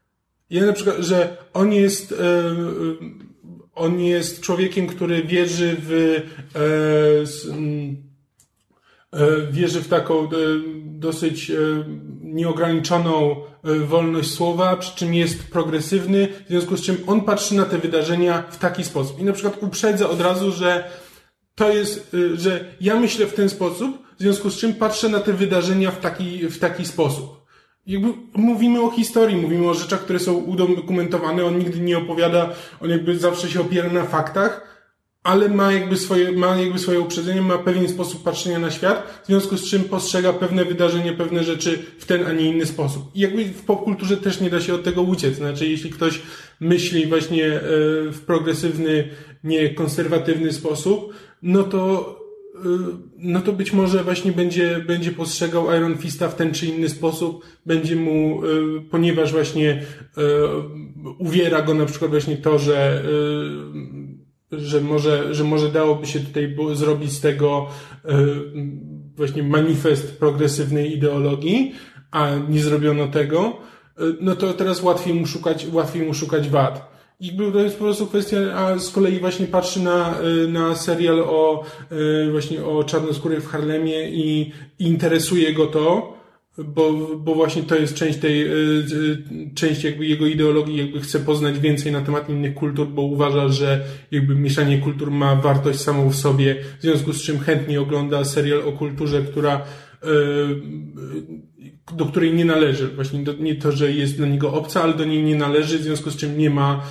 on jest człowiekiem, który wierzy w taką dosyć nieograniczoną wolność słowa, przy czym jest progresywny, w związku z czym on patrzy na te wydarzenia w taki sposób. I na przykład uprzedza od razu, że to jest, że ja myślę w ten sposób, w związku z czym patrzę na te wydarzenia w taki sposób. Jakby mówimy o historii, mówimy o rzeczach, które są udokumentowane, on nigdy nie opowiada, on jakby zawsze się opiera na faktach, ale ma jakby swoje uprzedzenie, ma pewien sposób patrzenia na świat, w związku z czym postrzega pewne wydarzenia, pewne rzeczy w ten, a nie inny sposób. I jakby w popkulturze też nie da się od tego uciec. Znaczy, jeśli ktoś myśli właśnie w progresywny, nie konserwatywny sposób, no to być może właśnie będzie postrzegał Iron Fista w ten czy inny sposób, będzie mu, ponieważ właśnie uwiera go na przykład właśnie to, że może dałoby się tutaj zrobić z tego właśnie manifest progresywnej ideologii, a nie zrobiono tego, no to teraz łatwiej mu szukać wad. I to jest po prostu kwestia, a z kolei właśnie patrzy na serial właśnie o czarnoskórych w Harlemie i interesuje go to, bo właśnie to jest część jakby jego ideologii, jakby chce poznać więcej na temat innych kultur, bo uważa, że jakby mieszanie kultur ma wartość samą w sobie, w związku z czym chętnie ogląda serial o kulturze, do której nie należy. Właśnie nie to, że jest dla niego obca, ale do niej nie należy, w związku z czym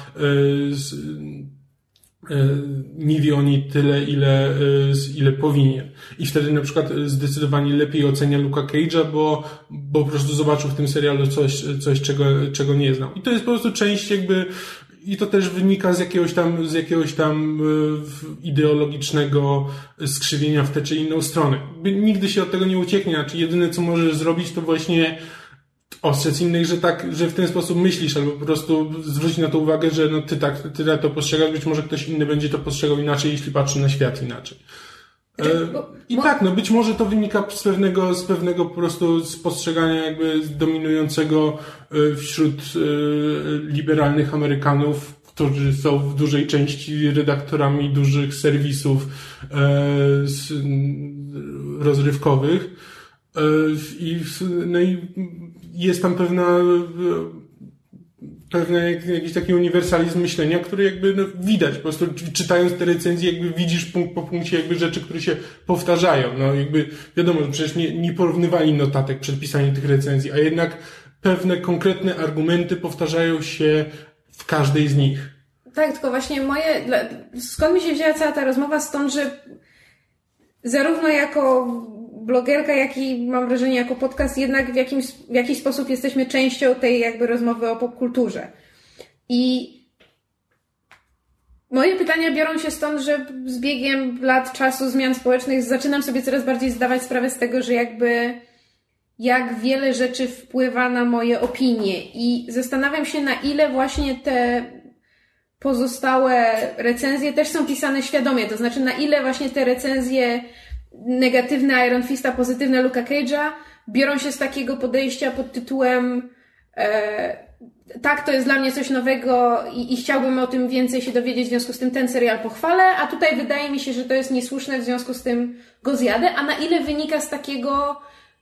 nie wie o niej tyle, ile powinien. I wtedy na przykład zdecydowanie lepiej ocenia Luke'a Cage'a, bo po prostu zobaczył w tym serialu coś czego nie znał. I to jest po prostu część jakby, i to też wynika z jakiegoś tam ideologicznego skrzywienia w tę czy inną stronę. Nigdy się od tego nie ucieknie, znaczy jedyne co możesz zrobić to właśnie ostrzec innych, że w ten sposób myślisz, albo po prostu zwrócić na to uwagę, że no ty tak to postrzegasz, być może ktoś inny będzie to postrzegał inaczej, jeśli patrzy na świat inaczej. Być może to wynika z pewnego po prostu postrzegania jakby dominującego wśród liberalnych Amerykanów, którzy są w dużej części redaktorami dużych serwisów rozrywkowych. I jest tam jakiś taki uniwersalizm myślenia, który jakby widać, po prostu czytając te recenzje jakby widzisz punkt po punkcie jakby rzeczy, które się powtarzają. No jakby wiadomo, że przecież nie porównywali notatek przed pisaniem tych recenzji, a jednak pewne konkretne argumenty powtarzają się w każdej z nich. Tak, tylko właśnie skąd mi się wzięła cała ta rozmowa? Stąd, że zarówno jako blogerka, jak i mam wrażenie jako podcast, jednak w jakiś sposób jesteśmy częścią tej jakby rozmowy o popkulturze. I moje pytania biorą się stąd, że z biegiem lat czasu, zmian społecznych zaczynam sobie coraz bardziej zdawać sprawę z tego, że jakby jak wiele rzeczy wpływa na moje opinie i zastanawiam się, na ile właśnie te pozostałe recenzje też są pisane świadomie, to znaczy na ile właśnie te recenzje negatywne Iron Fista, pozytywne Luke'a Cage'a biorą się z takiego podejścia pod tytułem tak, to jest dla mnie coś nowego i chciałbym o tym więcej się dowiedzieć, w związku z tym ten serial pochwalę, a tutaj wydaje mi się, że to jest niesłuszne, w związku z tym go zjadę, a na ile wynika z takiego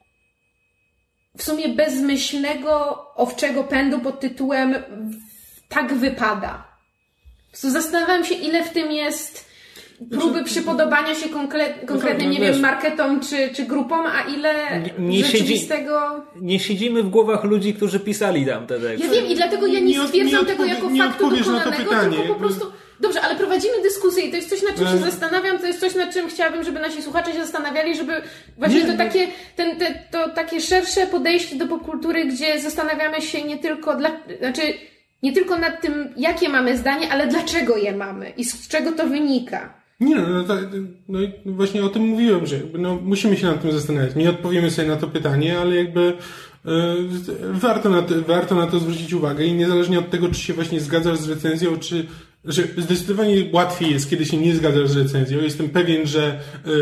w sumie bezmyślnego, owczego pędu pod tytułem tak wypada. Zastanawiam się, ile w tym jest próby przypodobania się konkretnym, nie wiem, marketom czy grupom, a ile rzeczywistego... Nie siedzimy w głowach ludzi, którzy pisali tam te teksty. Ja wiem i dlatego ja nie stwierdzam tego jako faktu dokonanego, tylko po prostu... Dobrze, ale prowadzimy dyskusję i to jest coś, nad czym się zastanawiam, to jest coś, nad czym chciałabym, żeby nasi słuchacze się zastanawiali, żeby właśnie to takie szersze podejście do popkultury, gdzie zastanawiamy się nie tylko nad tym, jakie mamy zdanie, ale dlaczego je mamy i z czego to wynika. Nie, właśnie o tym mówiłem, że musimy się nad tym zastanawiać. Nie odpowiemy sobie na to pytanie, ale jakby warto na to zwrócić uwagę i niezależnie od tego, czy się właśnie zgadzasz z recenzją, że zdecydowanie łatwiej jest, kiedy się nie zgadzasz z recenzją. Jestem pewien, że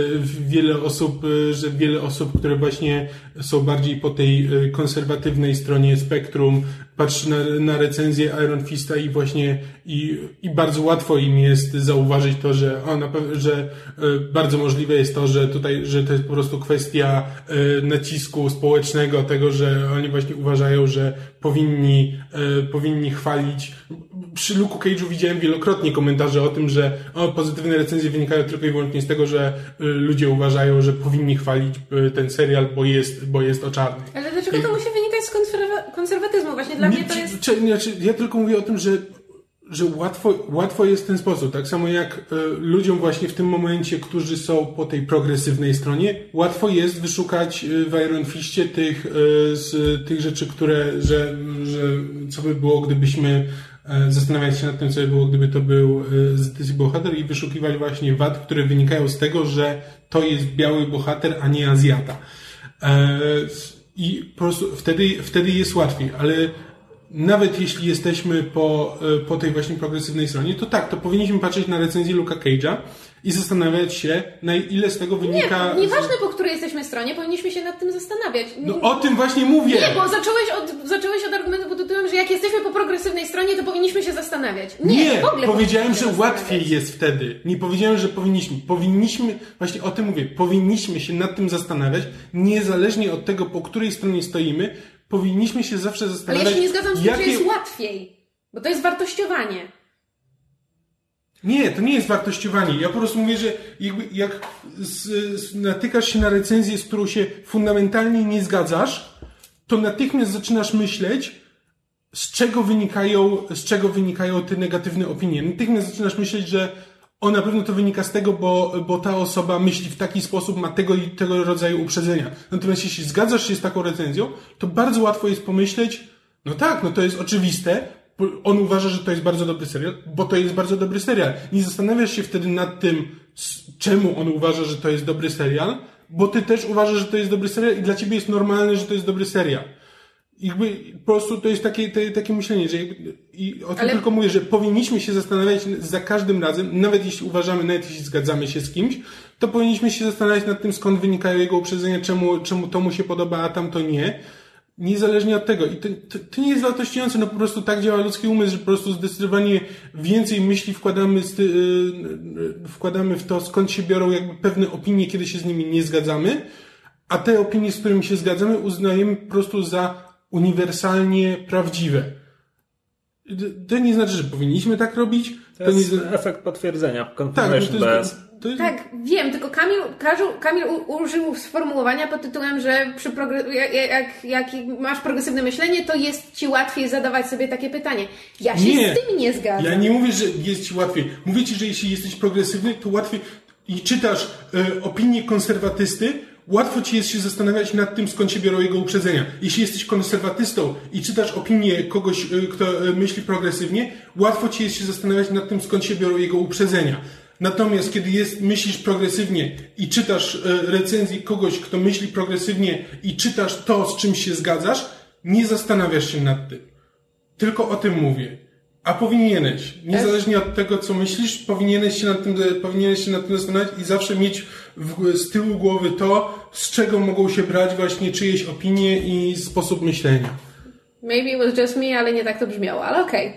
wiele osób, które właśnie są bardziej po tej konserwatywnej stronie spektrum, patrzy na recenzję Iron Fista i właśnie i bardzo łatwo im jest zauważyć to, że bardzo możliwe jest to, że to jest po prostu kwestia nacisku społecznego, tego, że oni właśnie uważają, że powinni chwalić. Przy Luke'u Cage'u widziałem wielokrotnie komentarze o tym, że pozytywne recenzje wynikają tylko i wyłącznie z tego, że ludzie uważają, że powinni chwalić ten serial, bo jest o czarnych. Ale dlaczego to musi wynikać z konserwatyzmu? Właśnie dla mnie to jest... Ja tylko mówię o tym, że łatwo jest w ten sposób. Tak samo jak ludziom właśnie w tym momencie, którzy są po tej progresywnej stronie, łatwo jest wyszukać w Iron Fistie tych rzeczy, że co by było, gdybyśmy zastanawiać się nad tym, co by było, gdyby to był azjatycki bohater i wyszukiwać właśnie wad, które wynikają z tego, że to jest biały bohater, a nie Azjata. I po prostu wtedy jest łatwiej, ale nawet jeśli jesteśmy po tej właśnie progresywnej stronie, to tak, to powinniśmy patrzeć na recenzję Luke'a Cage'a i zastanawiać się, na ile z tego wynika... Nieważne, po której jesteśmy stronie, powinniśmy się nad tym zastanawiać. No o tym właśnie mówię! Nie, bo zacząłeś od argumentu pod tytułem, że jak jesteśmy po progresywnej stronie, to powinniśmy się zastanawiać. Nie, w ogóle powiedziałem, że łatwiej jest wtedy. Nie powiedziałem, że powinniśmy. Powinniśmy, właśnie o tym mówię, powinniśmy się nad tym zastanawiać, niezależnie od tego, po której stronie stoimy, powinniśmy się zawsze zastanawiać... Ale ja się nie zgadzam z tym, że jest łatwiej, bo to jest wartościowanie. Nie, to nie jest wartościowanie. Ja po prostu mówię, że jak natykasz się na recenzję, z którą się fundamentalnie nie zgadzasz, to natychmiast zaczynasz myśleć, z czego wynikają te negatywne opinie. Natychmiast zaczynasz myśleć, że na pewno to wynika z tego, bo ta osoba myśli w taki sposób, ma tego i tego rodzaju uprzedzenia. Natomiast jeśli zgadzasz się z taką recenzją, to bardzo łatwo jest pomyśleć, no tak, no to jest oczywiste, on uważa, że to jest bardzo dobry serial, bo to jest bardzo dobry serial. Nie zastanawiasz się wtedy nad tym, czemu on uważa, że to jest dobry serial, bo ty też uważasz, że to jest dobry serial i dla ciebie jest normalne, że to jest dobry serial. Jakby po prostu to jest takie myślenie, że i o tym tylko mówię, że powinniśmy się zastanawiać za każdym razem, nawet jeśli zgadzamy się z kimś, to powinniśmy się zastanawiać nad tym, skąd wynikają jego uprzedzenia, czemu to mu się podoba, a tamto nie. Niezależnie od tego. I to nie jest wartościujące, no po prostu tak działa ludzki umysł, że po prostu zdecydowanie więcej myśli wkładamy w to, skąd się biorą jakby pewne opinie, kiedy się z nimi nie zgadzamy, a te opinie, z którymi się zgadzamy, uznajemy po prostu za uniwersalnie prawdziwe. To nie znaczy, że powinniśmy tak robić. To jest efekt potwierdzenia. Confirmation bias. Tak, wiem, tylko Kamil użył sformułowania pod tytułem, że jak masz progresywne myślenie, to jest ci łatwiej zadawać sobie takie pytanie. Ja się z tym nie zgadzam. Ja nie mówię, że jest ci łatwiej. Mówię ci, że jeśli jesteś progresywny, to łatwiej i czytasz opinię konserwatysty, łatwo ci jest się zastanawiać nad tym, skąd się biorą jego uprzedzenia. Jeśli jesteś konserwatystą i czytasz opinię kogoś, kto myśli progresywnie, łatwo ci jest się zastanawiać nad tym, skąd się biorą jego uprzedzenia. Natomiast kiedy myślisz progresywnie i czytasz recenzję kogoś, kto myśli progresywnie i czytasz to, z czym się zgadzasz, nie zastanawiasz się nad tym. Tylko o tym mówię. A powinieneś. Niezależnie od tego, co myślisz, powinieneś się nad tym zastanawiać i zawsze mieć z tyłu głowy to, z czego mogą się brać właśnie czyjeś opinie i sposób myślenia. Maybe it was just me, ale nie tak to brzmiało, ale okej.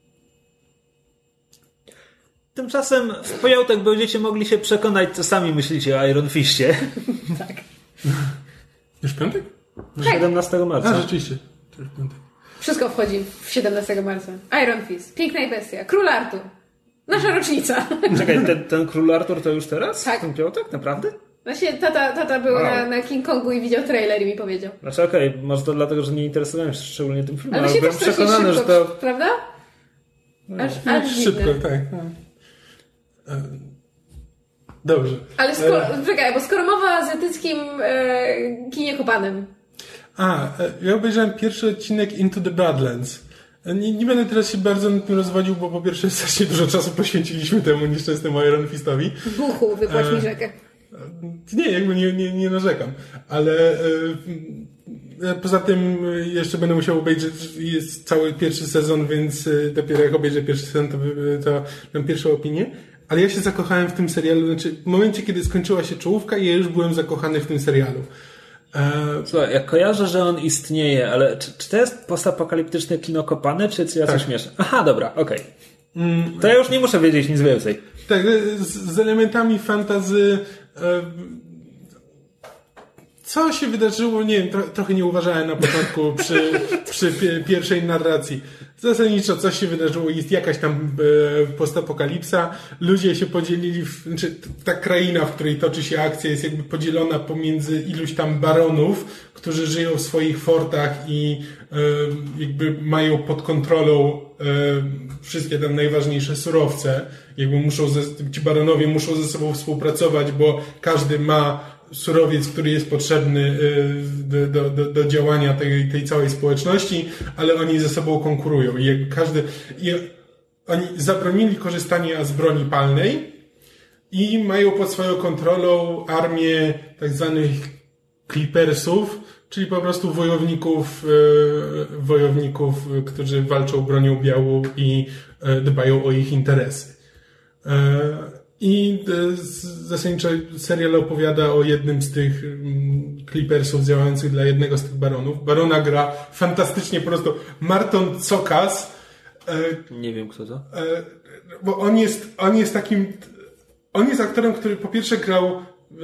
Tymczasem w poniedziałek będziecie mogli się przekonać, co sami myślicie o Iron Fistie. Tak. Już piątek? 17 marca. A, rzeczywiście. To już piątek. Wszystko wchodzi w 17 marca. Iron Fist, Piękna i Bestia, Król Artur. Nasza rocznica. Czekaj, ten Król Artur to już teraz? Tak. Ten piątek? Naprawdę? Właśnie tata był na King Kongu i widział trailer i mi powiedział. Znaczy okej, może to dlatego, że nie interesowałem się szczególnie tym filmem, Ale ale się byłem też przekonany, szybko, że to... prawda? Aż Szybko, dziwne. tak. Dobrze. Ale skoro mowa o azjatyckim kinie kopanym. Ja obejrzałem pierwszy odcinek Into the Badlands. Nie będę teraz się bardzo nad tym rozwodził, bo po pierwsze strasznie dużo czasu poświęciliśmy temu nieszczęsnemu Iron Fistowi. Buchu, wypłać mi rzekę. Nie, jakby nie narzekam. Ale poza tym jeszcze będę musiał obejrzeć, jest cały pierwszy sezon, więc dopiero jak obejrzę pierwszy sezon, to mam pierwszą opinię. Ale ja się zakochałem w tym serialu, znaczy w momencie, kiedy skończyła się czołówka, ja już byłem zakochany w tym serialu. Słuchaj, ja kojarzę, że on istnieje, ale czy to jest postapokaliptyczne kino kopane, czy ja coś mieszam? Aha, dobra, okej. To ja już nie muszę wiedzieć nic więcej. Tak, z elementami fantasy. Co się wydarzyło? Nie wiem, trochę nie uważałem na początku przy pierwszej narracji. Zasadniczo coś się wydarzyło, jest jakaś tam postapokalipsa, ludzie się podzielili, znaczy ta kraina, w której toczy się akcja, jest jakby podzielona pomiędzy iluś tam baronów, którzy żyją w swoich fortach i jakby mają pod kontrolą wszystkie tam najważniejsze surowce. Jakby ci baronowie muszą ze sobą współpracować, bo każdy ma surowiec, który jest potrzebny do działania tej całej społeczności, ale oni ze sobą konkurują. Oni zabronili korzystania z broni palnej i mają pod swoją kontrolą armię tak zwanych Clippersów, czyli po prostu wojowników, którzy walczą bronią białą i dbają o ich interesy. I zasadniczo serial opowiada o jednym z tych Clippersów działających dla jednego z tych baronów. Barona gra fantastycznie, po prostu Marton Csokas. Nie wiem kto to. Bo on jest aktorem, który po pierwsze grał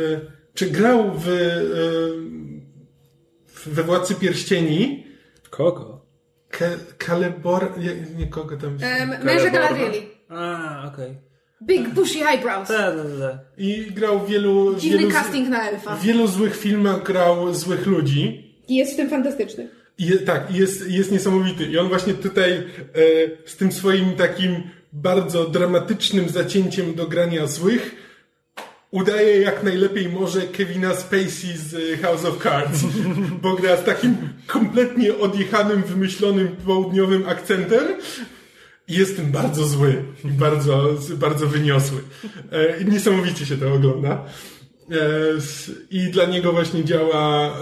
we Władcy Pierścieni. Kogo? Calebor... Nie kogo tam... Męża Galadrieli. Okej. Big bushy eyebrows. I grał w Dziwny casting na elfa. W wielu złych filmach grał złych ludzi. I jest w tym fantastyczny. Jest niesamowity. I on właśnie tutaj z tym swoim takim bardzo dramatycznym zacięciem do grania złych udaje jak najlepiej może Kevina Spacey z House of Cards. Bo gra z takim kompletnie odjechanym, wymyślonym południowym akcentem. I jest tym bardzo zły i bardzo, bardzo wyniosły. Niesamowicie się to ogląda. I dla niego właśnie działa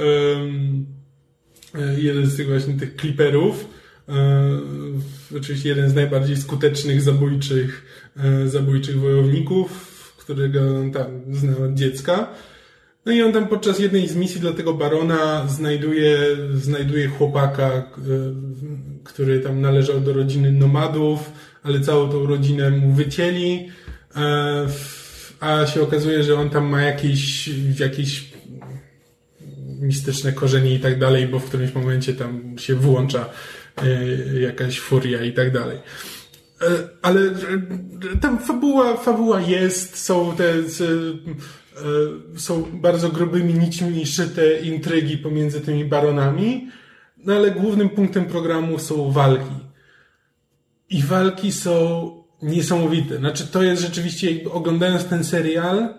jeden z tych właśnie tych Clipperów. Oczywiście jeden z najbardziej skutecznych, zabójczych wojowników, którego tam zna od dziecka. No i on tam podczas jednej z misji dla tego barona znajduje chłopaka, który tam należał do rodziny nomadów, ale całą tą rodzinę mu wycięli, a się okazuje, że on tam ma jakieś mistyczne korzenie i tak dalej, bo w którymś momencie tam się włącza jakaś furia i tak dalej. Ale tam fabuła jest, są bardzo grubymi nićmi szyte intrygi pomiędzy tymi baronami, no ale głównym punktem programu są walki. I walki są niesamowite. Znaczy to jest rzeczywiście, jakby oglądając ten serial,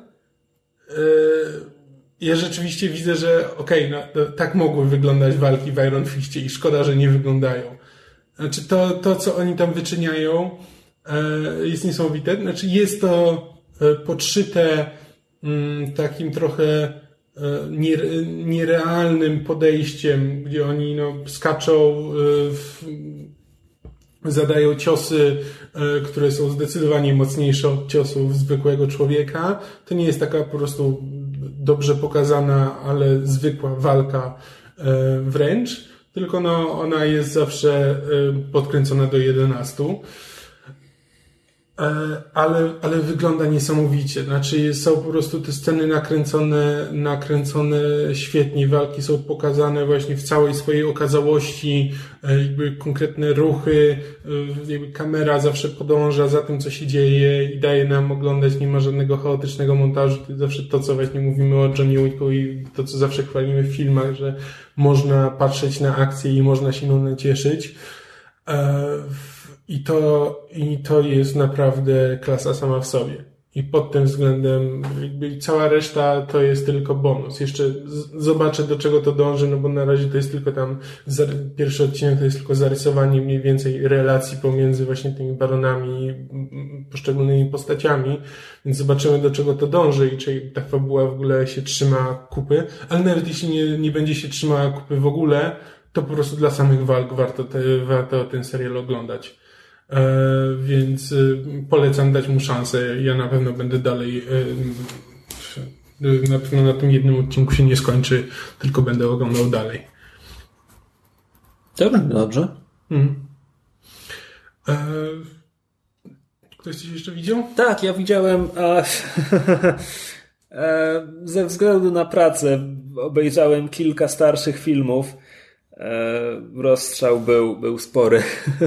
ja rzeczywiście widzę, że tak mogły wyglądać walki w Iron Fistie i szkoda, że nie wyglądają. Znaczy to co oni tam wyczyniają, jest niesamowite. Znaczy jest to podszyte takim trochę nierealnym podejściem, gdzie oni skaczą, zadają ciosy, które są zdecydowanie mocniejsze od ciosów zwykłego człowieka. To nie jest taka po prostu dobrze pokazana, ale zwykła walka wręcz, tylko ona jest zawsze podkręcona do 11. Ale wygląda niesamowicie. Znaczy są po prostu te sceny nakręcone świetnie. Walki są pokazane właśnie w całej swojej okazałości, jakby konkretne ruchy, jakby kamera zawsze podąża za tym, co się dzieje i daje nam oglądać, nie ma żadnego chaotycznego montażu. To jest zawsze to, co właśnie mówimy o Johnny Wicku i to, co zawsze chwalimy w filmach, że można patrzeć na akcję i można się nią nacieszyć. I to jest naprawdę klasa sama w sobie. I pod tym względem jakby cała reszta to jest tylko bonus. Jeszcze zobaczę, do czego to dąży, no bo na razie to jest tylko tam pierwszy odcinek to jest tylko zarysowanie mniej więcej relacji pomiędzy właśnie tymi baronami i poszczególnymi postaciami, więc zobaczymy, do czego to dąży i czy ta fabuła w ogóle się trzyma kupy, ale nawet jeśli nie będzie się trzymała kupy w ogóle, to po prostu dla samych walk warto ten serial oglądać. Więc polecam dać mu szansę. Ja na pewno będę dalej, na pewno na tym jednym odcinku się nie skończy, tylko będę oglądał dalej. Dobrze. Ktoś coś jeszcze widział? Tak, ja widziałem. Ze względu na pracę obejrzałem kilka starszych filmów. Rozstrzał był spory.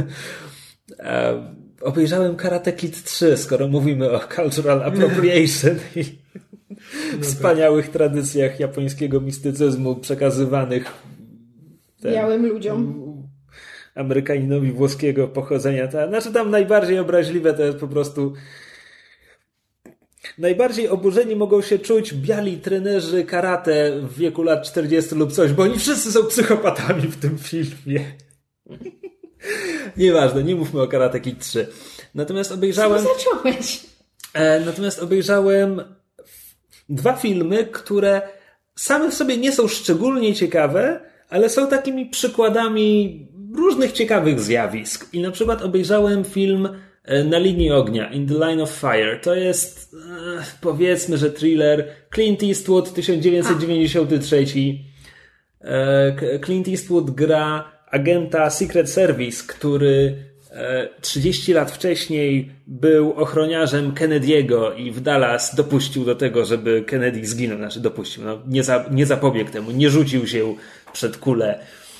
Obejrzałem Karate Kid 3, skoro mówimy o cultural appropriation i wspaniałych tradycjach japońskiego mistycyzmu przekazywanych białym ludziom. Amerykaninowi włoskiego pochodzenia. Znaczy tam najbardziej obraźliwe to jest po prostu najbardziej oburzeni mogą się czuć biali trenerzy karate w wieku lat 40 lub coś, bo oni wszyscy są psychopatami w tym filmie. Nieważne, nie mówmy o Karate Kid 3. Natomiast obejrzałem dwa filmy, które same w sobie nie są szczególnie ciekawe, ale są takimi przykładami różnych ciekawych zjawisk. I na przykład obejrzałem film Na linii ognia, In the Line of Fire. To jest powiedzmy, że thriller. Clint Eastwood, 1993. Clint Eastwood gra agenta Secret Service, który 30 lat wcześniej był ochroniarzem Kennedy'ego i w Dallas dopuścił do tego, żeby Kennedy zginął. Znaczy dopuścił, nie zapobiegł temu, nie rzucił się przed kulę.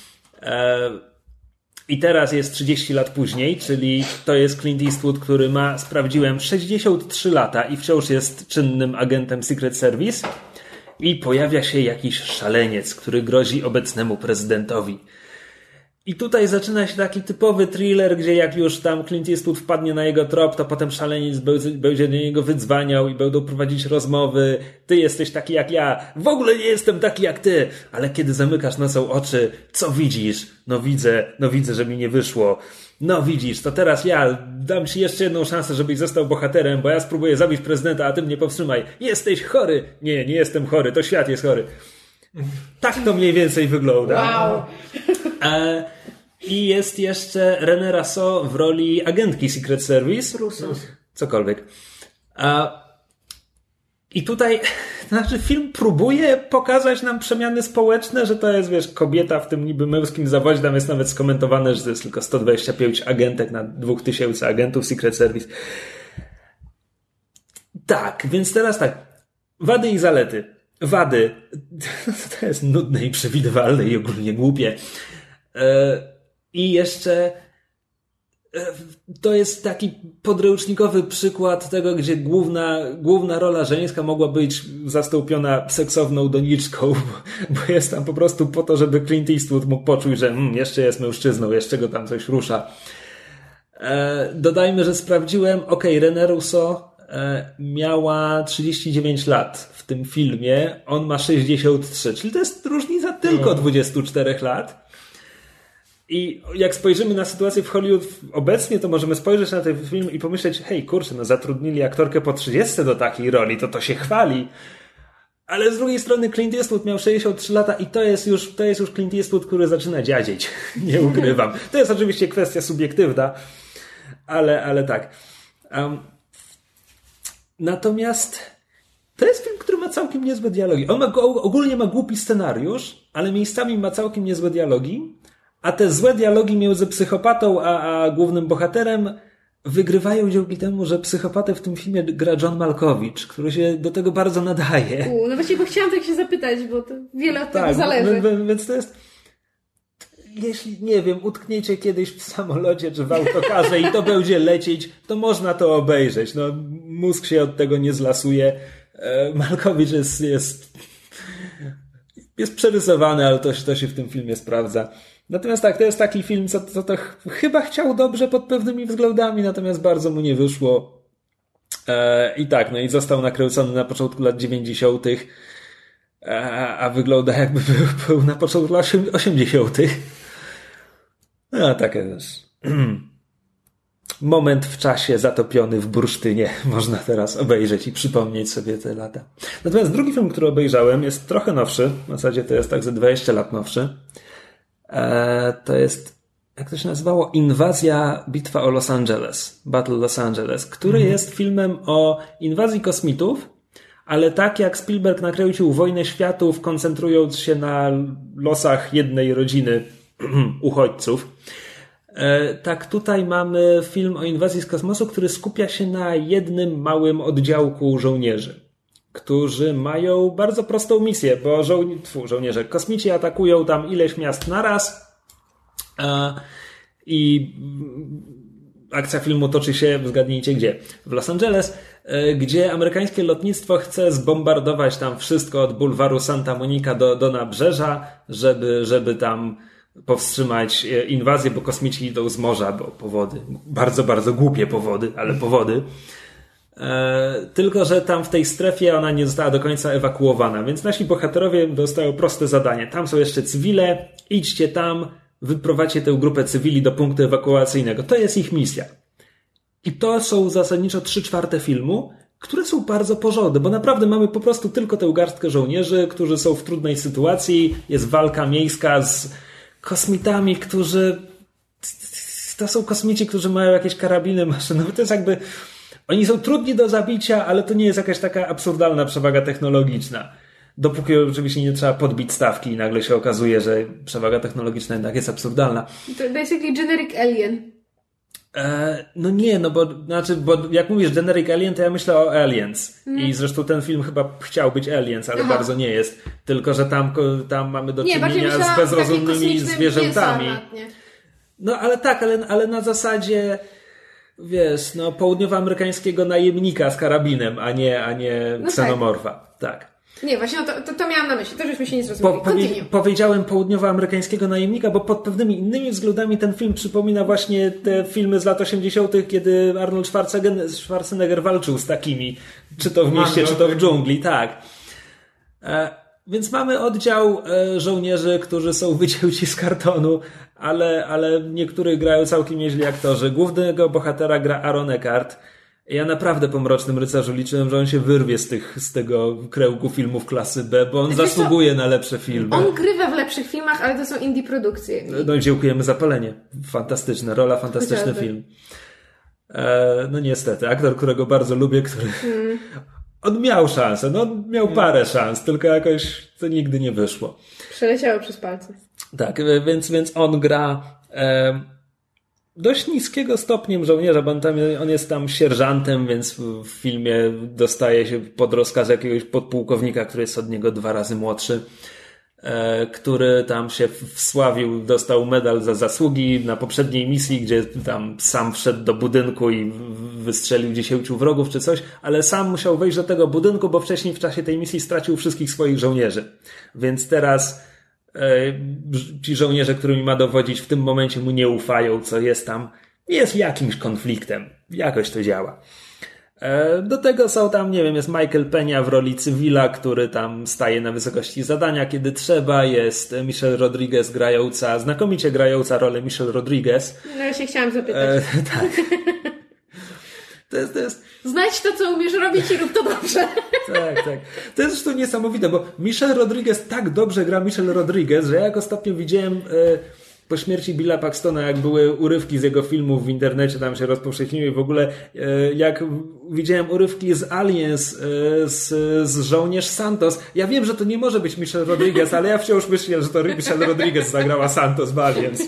I teraz jest 30 lat później, czyli to jest Clint Eastwood, który ma, sprawdziłem, 63 lata i wciąż jest czynnym agentem Secret Service. I pojawia się jakiś szaleniec, który grozi obecnemu prezydentowi. I tutaj zaczyna się taki typowy thriller, gdzie jak już tam Clint Eastwood wpadnie na jego trop, to potem szaleniec będzie do niego wydzwaniał i będą prowadzić rozmowy. Ty jesteś taki jak ja. W ogóle nie jestem taki jak ty. Ale kiedy zamykasz nocą oczy, co widzisz? No widzę, że mi nie wyszło. No widzisz, to teraz ja dam ci jeszcze jedną szansę, żebyś został bohaterem, bo ja spróbuję zabić prezydenta, a ty mnie powstrzymaj. Jesteś chory. Nie jestem chory, to świat jest chory. Tak to mniej więcej wygląda. Wow. I jest jeszcze René Rasso w roli agentki Secret Service. Cokolwiek. I tutaj, znaczy film próbuje pokazać nam przemiany społeczne, że to jest, wiesz, kobieta w tym niby męskim zawodzie. Tam jest nawet skomentowane, że to jest tylko 125 agentek na 2000 agentów Secret Service. Tak, więc teraz tak. Wady i zalety. Wady. To jest nudne i przewidywalne i ogólnie głupie. I jeszcze to jest taki podręcznikowy przykład tego, gdzie główna rola żeńska mogła być zastąpiona seksowną doniczką, bo jest tam po prostu po to, żeby Clint Eastwood mógł poczuć, że jeszcze jest mężczyzną, jeszcze go tam coś rusza. Dodajmy, że sprawdziłem, René Russo miała 39 lat w tym filmie, on ma 63, czyli to jest różnica tylko 24 lat. I jak spojrzymy na sytuację w Hollywood obecnie, to możemy spojrzeć na ten film i pomyśleć, hej, kurczę, zatrudnili aktorkę po 30 do takiej roli, to się chwali. Ale z drugiej strony Clint Eastwood miał 63 lata i to jest już Clint Eastwood, który zaczyna dziadzieć. Nie ukrywam. To jest oczywiście kwestia subiektywna, ale tak. Natomiast to jest film, który ma całkiem niezłe dialogi. On ogólnie ma głupi scenariusz, ale miejscami ma całkiem niezłe dialogi. A te złe dialogi między psychopatą a głównym bohaterem wygrywają dzięki temu, że psychopatę w tym filmie gra John Malkovich, który się do tego bardzo nadaje. No właśnie, bo chciałam tak się zapytać, bo to wiele od tego zależy. Więc to jest... Jeśli, nie wiem, utkniecie kiedyś w samolocie czy w autokarze i to będzie lecieć, to można to obejrzeć. No, mózg się od tego nie zlasuje. Malkovich jest przerysowany, ale to się w tym filmie sprawdza. Natomiast tak, to jest taki film, co to chyba chciał dobrze pod pewnymi względami, natomiast bardzo mu nie wyszło. I tak, no i został nakręcony na początku lat 90., a wygląda jakby był na początku lat 80. No, takie też. Moment w czasie zatopiony w bursztynie można teraz obejrzeć i przypomnieć sobie te lata. Natomiast drugi film, który obejrzałem, jest trochę nowszy. W zasadzie to jest tak ze 20 lat nowszy. To jest, jak to się nazywało? Inwazja, bitwa o Los Angeles. Battle Los Angeles, który jest filmem o inwazji kosmitów, ale tak jak Spielberg nakręcił Wojnę Światów, koncentrując się na losach jednej rodziny uchodźców, tak tutaj mamy film o inwazji z kosmosu, który skupia się na jednym małym oddziałku żołnierzy, którzy mają bardzo prostą misję, bo żołnierze kosmici atakują tam ileś miast naraz i akcja filmu toczy się, zgadnijcie gdzie, w Los Angeles, gdzie amerykańskie lotnictwo chce zbombardować tam wszystko od bulwaru Santa Monica do nabrzeża, żeby tam powstrzymać inwazję, bo kosmici idą z morza, bo powody, bardzo, bardzo głupie powody, ale powody. Tylko że tam w tej strefie ona nie została do końca ewakuowana, więc nasi bohaterowie dostają proste zadanie. Tam są jeszcze cywile, idźcie tam, wyprowadźcie tę grupę cywili do punktu ewakuacyjnego. To jest ich misja. I to są zasadniczo 3/4 filmu, które są bardzo porządne, bo naprawdę mamy po prostu tylko tę garstkę żołnierzy, którzy są w trudnej sytuacji, jest walka miejska z kosmitami, którzy... To są kosmici, którzy mają jakieś karabiny maszynowe. To jest jakby... Oni są trudni do zabicia, ale to nie jest jakaś taka absurdalna przewaga technologiczna. Dopóki oczywiście nie trzeba podbić stawki i nagle się okazuje, że przewaga technologiczna jednak jest absurdalna. To basically generic alien. No nie, no bo jak mówisz generic alien, to ja myślę o Aliens. I zresztą ten film chyba chciał być Aliens, ale bardzo nie jest. Tylko, że tam mamy do czynienia z bezrozumnymi zwierzętami. No ale tak, ale na zasadzie wiesz, no południowoamerykańskiego najemnika z karabinem, a nie ksenomorfa. Tak. Nie, właśnie to miałam na myśli, to żeśmy się nie zrozumieli. Powiedziałem południowoamerykańskiego najemnika, bo pod pewnymi innymi względami ten film przypomina właśnie te filmy z lat 80., kiedy Arnold Schwarzenegger walczył z takimi, czy to w mieście, czy to w dżungli, tak. Więc mamy oddział żołnierzy, którzy są wycięci z kartonu, ale niektórych grają całkiem nieźli aktorzy. Głównego bohatera gra Aaron Eckhart. Ja naprawdę po Mrocznym Rycerzu liczyłem, że on się wyrwie z tego kręgu filmów klasy B, bo on zasługuje na lepsze filmy. On grywa w lepszych filmach, ale to są indie produkcje. No dziękujemy Zapalenie. Fantastyczna rola, fantastyczny film. No niestety, aktor, którego bardzo lubię, który... On miał szansę, miał parę szans, tylko jakoś to nigdy nie wyszło. Przeleciało przez palce. Tak, więc on gra dość niskiego stopniem żołnierza, bo on jest tam sierżantem, więc w filmie dostaje się pod rozkaz jakiegoś podpułkownika, który jest od niego 2 razy młodszy, który tam się wsławił, dostał medal za zasługi na poprzedniej misji, gdzie tam sam wszedł do budynku i wystrzelił 10 wrogów czy coś, ale sam musiał wejść do tego budynku, bo wcześniej w czasie tej misji stracił wszystkich swoich żołnierzy. Więc teraz ci żołnierze, którymi ma dowodzić, w tym momencie mu nie ufają, co jest jakimś konfliktem. Jakoś to działa. Do tego są tam, nie wiem, jest Michael Peña w roli cywila, który tam staje na wysokości zadania, kiedy trzeba. Jest Michelle Rodriguez znakomicie grająca rolę Michelle Rodriguez. No ja się chciałam zapytać. Tak. To jest... Znajdź to, co umiesz robić i rób to dobrze. Tak. To jest zresztą niesamowite, bo Michelle Rodriguez tak dobrze gra Michelle Rodriguez, że ja jak ostatnio widziałem po śmierci Billa Paxtona, jak były urywki z jego filmów w internecie, tam się rozpowszechniły, w ogóle jak widziałem urywki z Aliens, z Żołnierz Santos. Ja wiem, że to nie może być Michelle Rodriguez, ale ja wciąż myślę, że to Michelle Rodriguez zagrała Santos w Aliens.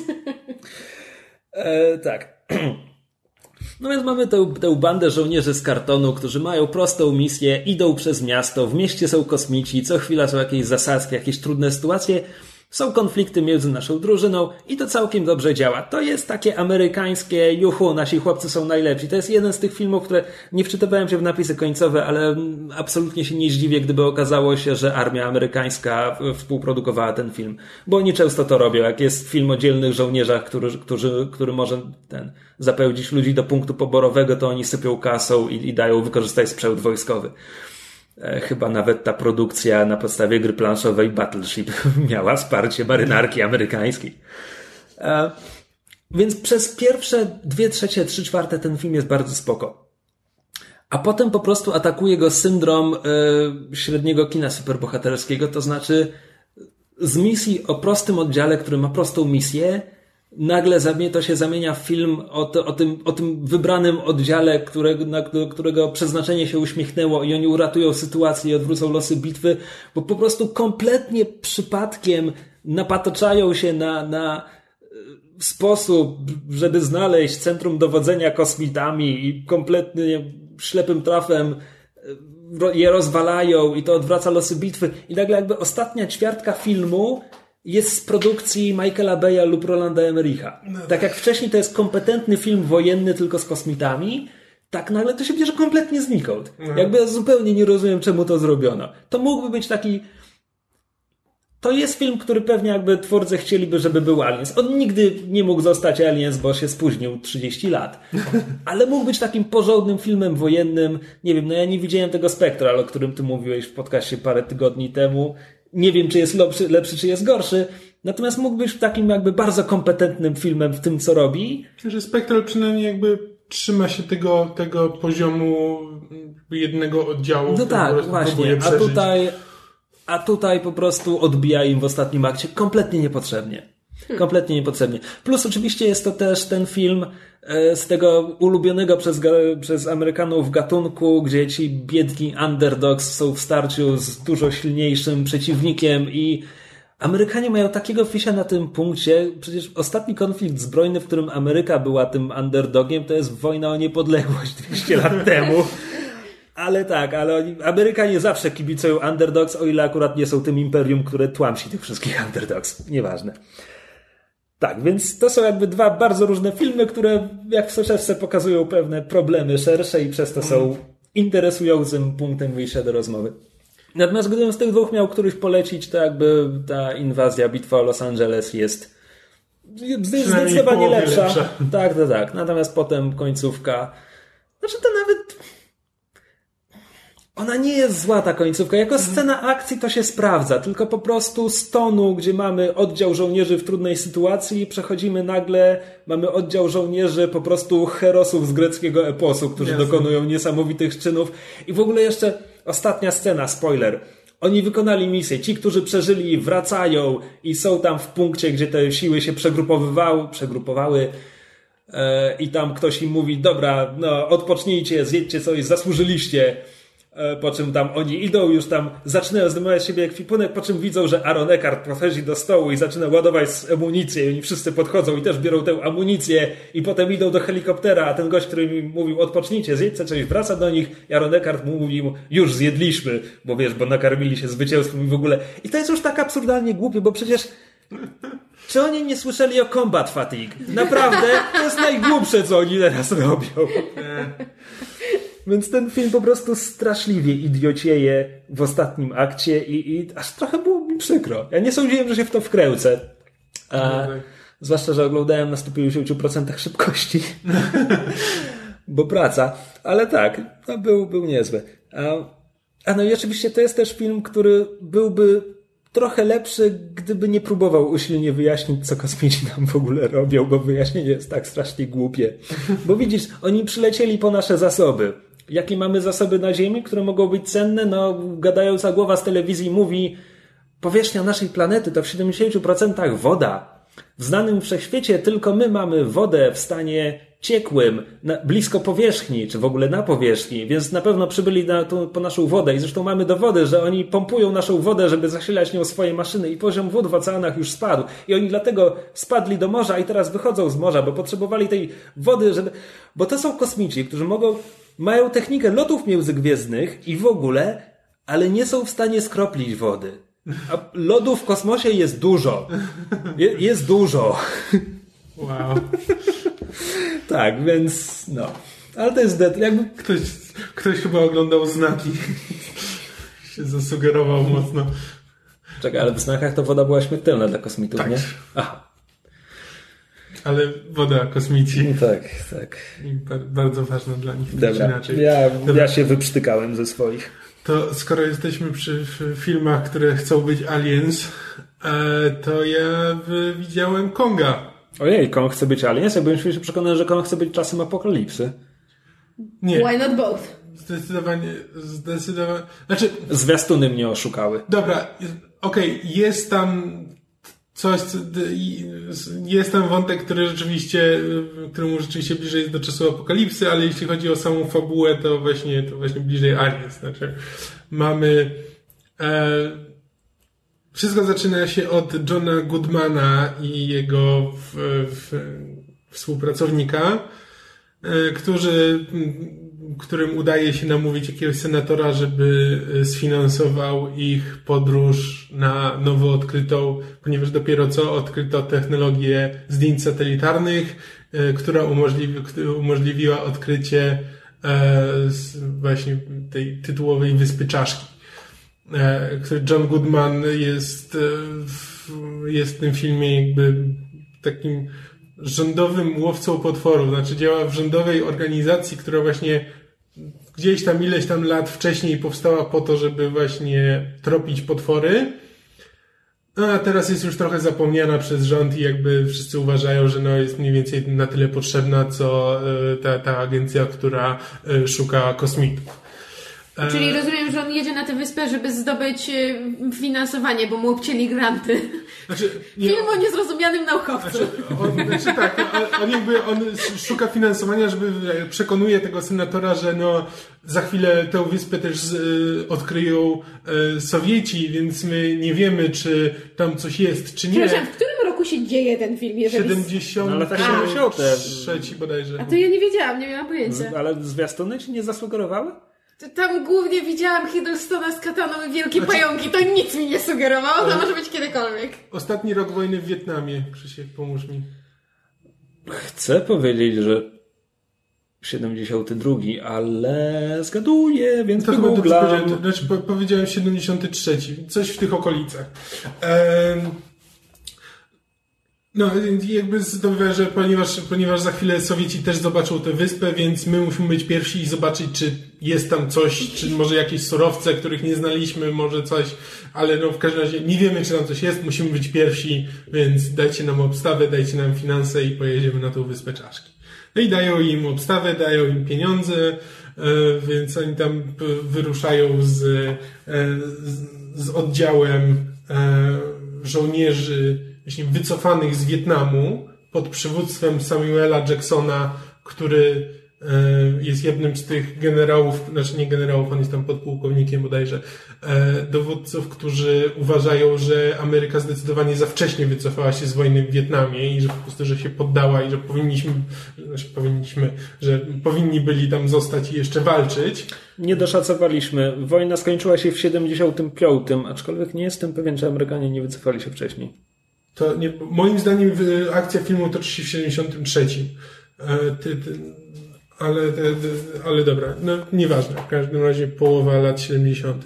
Tak. No więc mamy tę bandę żołnierzy z kartonu, którzy mają prostą misję, idą przez miasto, w mieście są kosmici, co chwila są jakieś zasadzki, jakieś trudne sytuacje, są konflikty między naszą drużyną i to całkiem dobrze działa. To jest takie amerykańskie juhu, nasi chłopcy są najlepsi. To jest jeden z tych filmów, które nie wczytywałem się w napisy końcowe, ale absolutnie się nie zdziwię, gdyby okazało się, że armia amerykańska współprodukowała ten film. Bo oni często to robią. Jak jest film o dzielnych żołnierzach, który może zapełnić ludzi do punktu poborowego, to oni sypią kasą i dają wykorzystać sprzęt wojskowy. Chyba nawet ta produkcja na podstawie gry planszowej Battleship miała wsparcie marynarki amerykańskiej. Więc przez pierwsze 2/3, 3/4 ten film jest bardzo spoko. A potem po prostu atakuje go syndrom średniego kina superbohaterskiego, to znaczy z misji o prostym oddziale, który ma prostą misję, nagle to się zamienia w film o tym wybranym oddziale, którego przeznaczenie się uśmiechnęło i oni uratują sytuację i odwrócą losy bitwy, bo po prostu kompletnie przypadkiem napataczają się na sposób, żeby znaleźć centrum dowodzenia kosmitami i kompletnie ślepym trafem je rozwalają i to odwraca losy bitwy i nagle jakby ostatnia ćwiartka filmu jest z produkcji Michaela Bay'a lub Rolanda Emmericha. Tak jak wcześniej to jest kompetentny film wojenny tylko z kosmitami, tak nagle to się bierze kompletnie znikąd. Jakby ja zupełnie nie rozumiem, czemu to zrobiono. To mógłby być taki... To jest film, który pewnie jakby twórcy chcieliby, żeby był Aliens. On nigdy nie mógł zostać Aliens, bo się spóźnił 30 lat. Ale mógł być takim porządnym filmem wojennym. Nie wiem, ja nie widziałem tego Spectral, o którym ty mówiłeś w podcaście parę tygodni temu. Nie wiem, czy jest lepszy, czy jest gorszy. Natomiast mógł być takim jakby bardzo kompetentnym filmem w tym, co robi. Myślę, że Spectral przynajmniej jakby trzyma się tego poziomu jednego oddziału. No tak, właśnie. A tutaj po prostu odbija im w ostatnim akcie kompletnie niepotrzebnie. Kompletnie niepotrzebnie. Plus oczywiście jest to też ten film z tego ulubionego przez Amerykanów gatunku, gdzie ci biedni underdogs są w starciu z dużo silniejszym przeciwnikiem i Amerykanie mają takiego fisia na tym punkcie. Przecież ostatni konflikt zbrojny, w którym Ameryka była tym underdogiem, to jest wojna o niepodległość 200 lat temu. Ale Amerykanie zawsze kibicują underdogs, o ile akurat nie są tym imperium, które tłamsi tych wszystkich underdogs. Nieważne. Tak, więc to są jakby dwa bardzo różne filmy, które jak w soczewce pokazują pewne problemy szersze i przez to są interesującym punktem wyjścia do rozmowy. Natomiast gdybym z tych dwóch miał któryś polecić, to jakby ta inwazja, bitwa o Los Angeles jest zdecydowanie lepsza. Tak. Natomiast potem końcówka, znaczy to nawet... Ona nie jest zła, ta końcówka. Jako scena akcji to się sprawdza, tylko po prostu z tonu, gdzie mamy oddział żołnierzy w trudnej sytuacji, przechodzimy nagle, mamy oddział żołnierzy po prostu herosów z greckiego eposu, którzy dokonują niesamowitych czynów. I w ogóle jeszcze ostatnia scena, spoiler. Oni wykonali misję. Ci, którzy przeżyli, wracają i są tam w punkcie, gdzie te siły się przegrupowały. I tam ktoś im mówi, dobra, odpocznijcie, zjedźcie coś, zasłużyliście. Po czym tam oni idą, już tam zaczynają zdejmować z siebie ekwipunek, po czym widzą, że Aaron Eckhart podchodzi do stołu i zaczyna ładować amunicję i oni wszyscy podchodzą i też biorą tę amunicję i potem idą do helikoptera, a ten gość, który mi mówił odpocznijcie, zjedźcie coś, wraca do nich i Aaron Eckhart mówi mu, już zjedliśmy, bo nakarmili się zwycięstwem i w ogóle. I to jest już tak absurdalnie głupie, bo przecież czy oni nie słyszeli o combat fatigue? Naprawdę, to jest najgłupsze, co oni teraz robią. Więc ten film po prostu straszliwie idiocieje w ostatnim akcie i aż trochę było mi przykro. Ja nie sądziłem, że się w to wkręcę. Zwłaszcza, że oglądałem na 150% szybkości. Bo praca. Ale tak, to był niezły. No i oczywiście to jest też film, który byłby trochę lepszy, gdyby nie próbował usilnie wyjaśnić, co kosmici tam w ogóle robią, bo wyjaśnienie jest tak strasznie głupie. Bo widzisz, oni przylecieli po nasze zasoby. Jakie mamy zasoby na Ziemi, które mogą być cenne? Gadająca głowa z telewizji mówi, powierzchnia naszej planety to w 70% woda. W znanym wszechświecie tylko my mamy wodę w stanie ciekłym, blisko powierzchni, czy w ogóle na powierzchni, więc na pewno przybyli po naszą wodę i zresztą mamy dowody, że oni pompują naszą wodę, żeby zasilać nią swoje maszyny i poziom wód w oceanach już spadł i oni dlatego spadli do morza i teraz wychodzą z morza, bo potrzebowali tej wody, bo to są kosmici, którzy mają technikę lotów międzygwiezdnych i w ogóle, ale nie są w stanie skroplić wody. A lodu w kosmosie jest dużo. Jest dużo. Wow. Tak, więc no. Ale to jest jakby... Ktoś chyba oglądał Znaki. się zasugerował mocno. Czekaj, ale w Znakach to woda była śmiertelna dla kosmitów, tak. Nie? Aha. Ale woda, kosmici. Tak. I bardzo ważna dla nich. Dobra. Inaczej. Ja się wyprztykałem ze swoich. To skoro jesteśmy przy filmach, które chcą być Aliens, to ja widziałem Konga. Ojej, Kong chce być Aliens? Ja byłem się przekonany, że Kong chce być czasem apokalipsy. Nie. Why not both? Zdecydowanie. Znaczy... Zwiastuny mnie oszukały. Dobra, okej, jest tam coś, jest tam wątek, któremu rzeczywiście bliżej jest do czasu apokalipsy, ale jeśli chodzi o samą fabułę, to właśnie bliżej Aliens. Znaczy, mamy... Wszystko zaczyna się od Johna Goodmana i jego współpracownika, którym udaje się namówić jakiegoś senatora, żeby sfinansował ich podróż na nowo odkrytą, ponieważ dopiero co odkryto technologię zdjęć satelitarnych, która umożliwiła odkrycie właśnie tej tytułowej Wyspy Czaszki. John Goodman jest w tym filmie jakby takim rządowym łowcą potworów, znaczy działa w rządowej organizacji, która właśnie gdzieś tam ileś tam lat wcześniej powstała po to, żeby właśnie tropić potwory, a teraz jest już trochę zapomniana przez rząd i jakby wszyscy uważają, że jest mniej więcej na tyle potrzebna, co ta agencja, która szuka kosmitów. Czyli rozumiem, że on jedzie na tę wyspę, żeby zdobyć finansowanie, bo mu obcięli granty. Film o niezrozumianym naukowcu. On szuka finansowania, żeby przekonuje tego senatora, że za chwilę tę wyspę też odkryją Sowieci, więc my nie wiemy, czy tam coś jest, czy nie. Przepraszam, w którym roku się dzieje ten film? 73 bodajże. A to ja nie wiedziałam, nie miałam pojęcia. Ale zwiastuny ci nie zasugerowały? Tam głównie widziałam Hiddlestona z kataną i wielkie pająki. To nic mi nie sugerowało, to może być kiedykolwiek. Ostatni rok wojny w Wietnamie. Krzysiek, pomóż mi. Chcę powiedzieć, że 72, ale zgaduję, więc wygooglam. Znaczy powiedziałem 73. Coś w tych okolicach. Jakby zdobywa, że ponieważ za chwilę Sowieci też zobaczą tę wyspę, więc my musimy być pierwsi i zobaczyć, czy jest tam coś, czy może jakieś surowce, których nie znaliśmy, może coś, ale w każdym razie nie wiemy, czy tam coś jest, musimy być pierwsi, więc dajcie nam obstawę, dajcie nam finanse i pojedziemy na tą Wyspę Czaszki. No i dają im obstawę, dają im pieniądze, więc oni tam wyruszają z oddziałem żołnierzy właśnie wycofanych z Wietnamu pod przywództwem Samuela Jacksona, który jest jednym z tych generałów, znaczy nie generałów, on jest tam podpułkownikiem bodajże, dowódców, którzy uważają, że Ameryka zdecydowanie za wcześnie wycofała się z wojny w Wietnamie i że po prostu, że się poddała i że powinni byli tam zostać i jeszcze walczyć. Nie doszacowaliśmy. Wojna skończyła się w 75, aczkolwiek nie jestem pewien, czy Amerykanie nie wycofali się wcześniej. To nie, moim zdaniem akcja filmu toczy się w 73. Ale dobra, nieważne. W każdym razie połowa lat 70.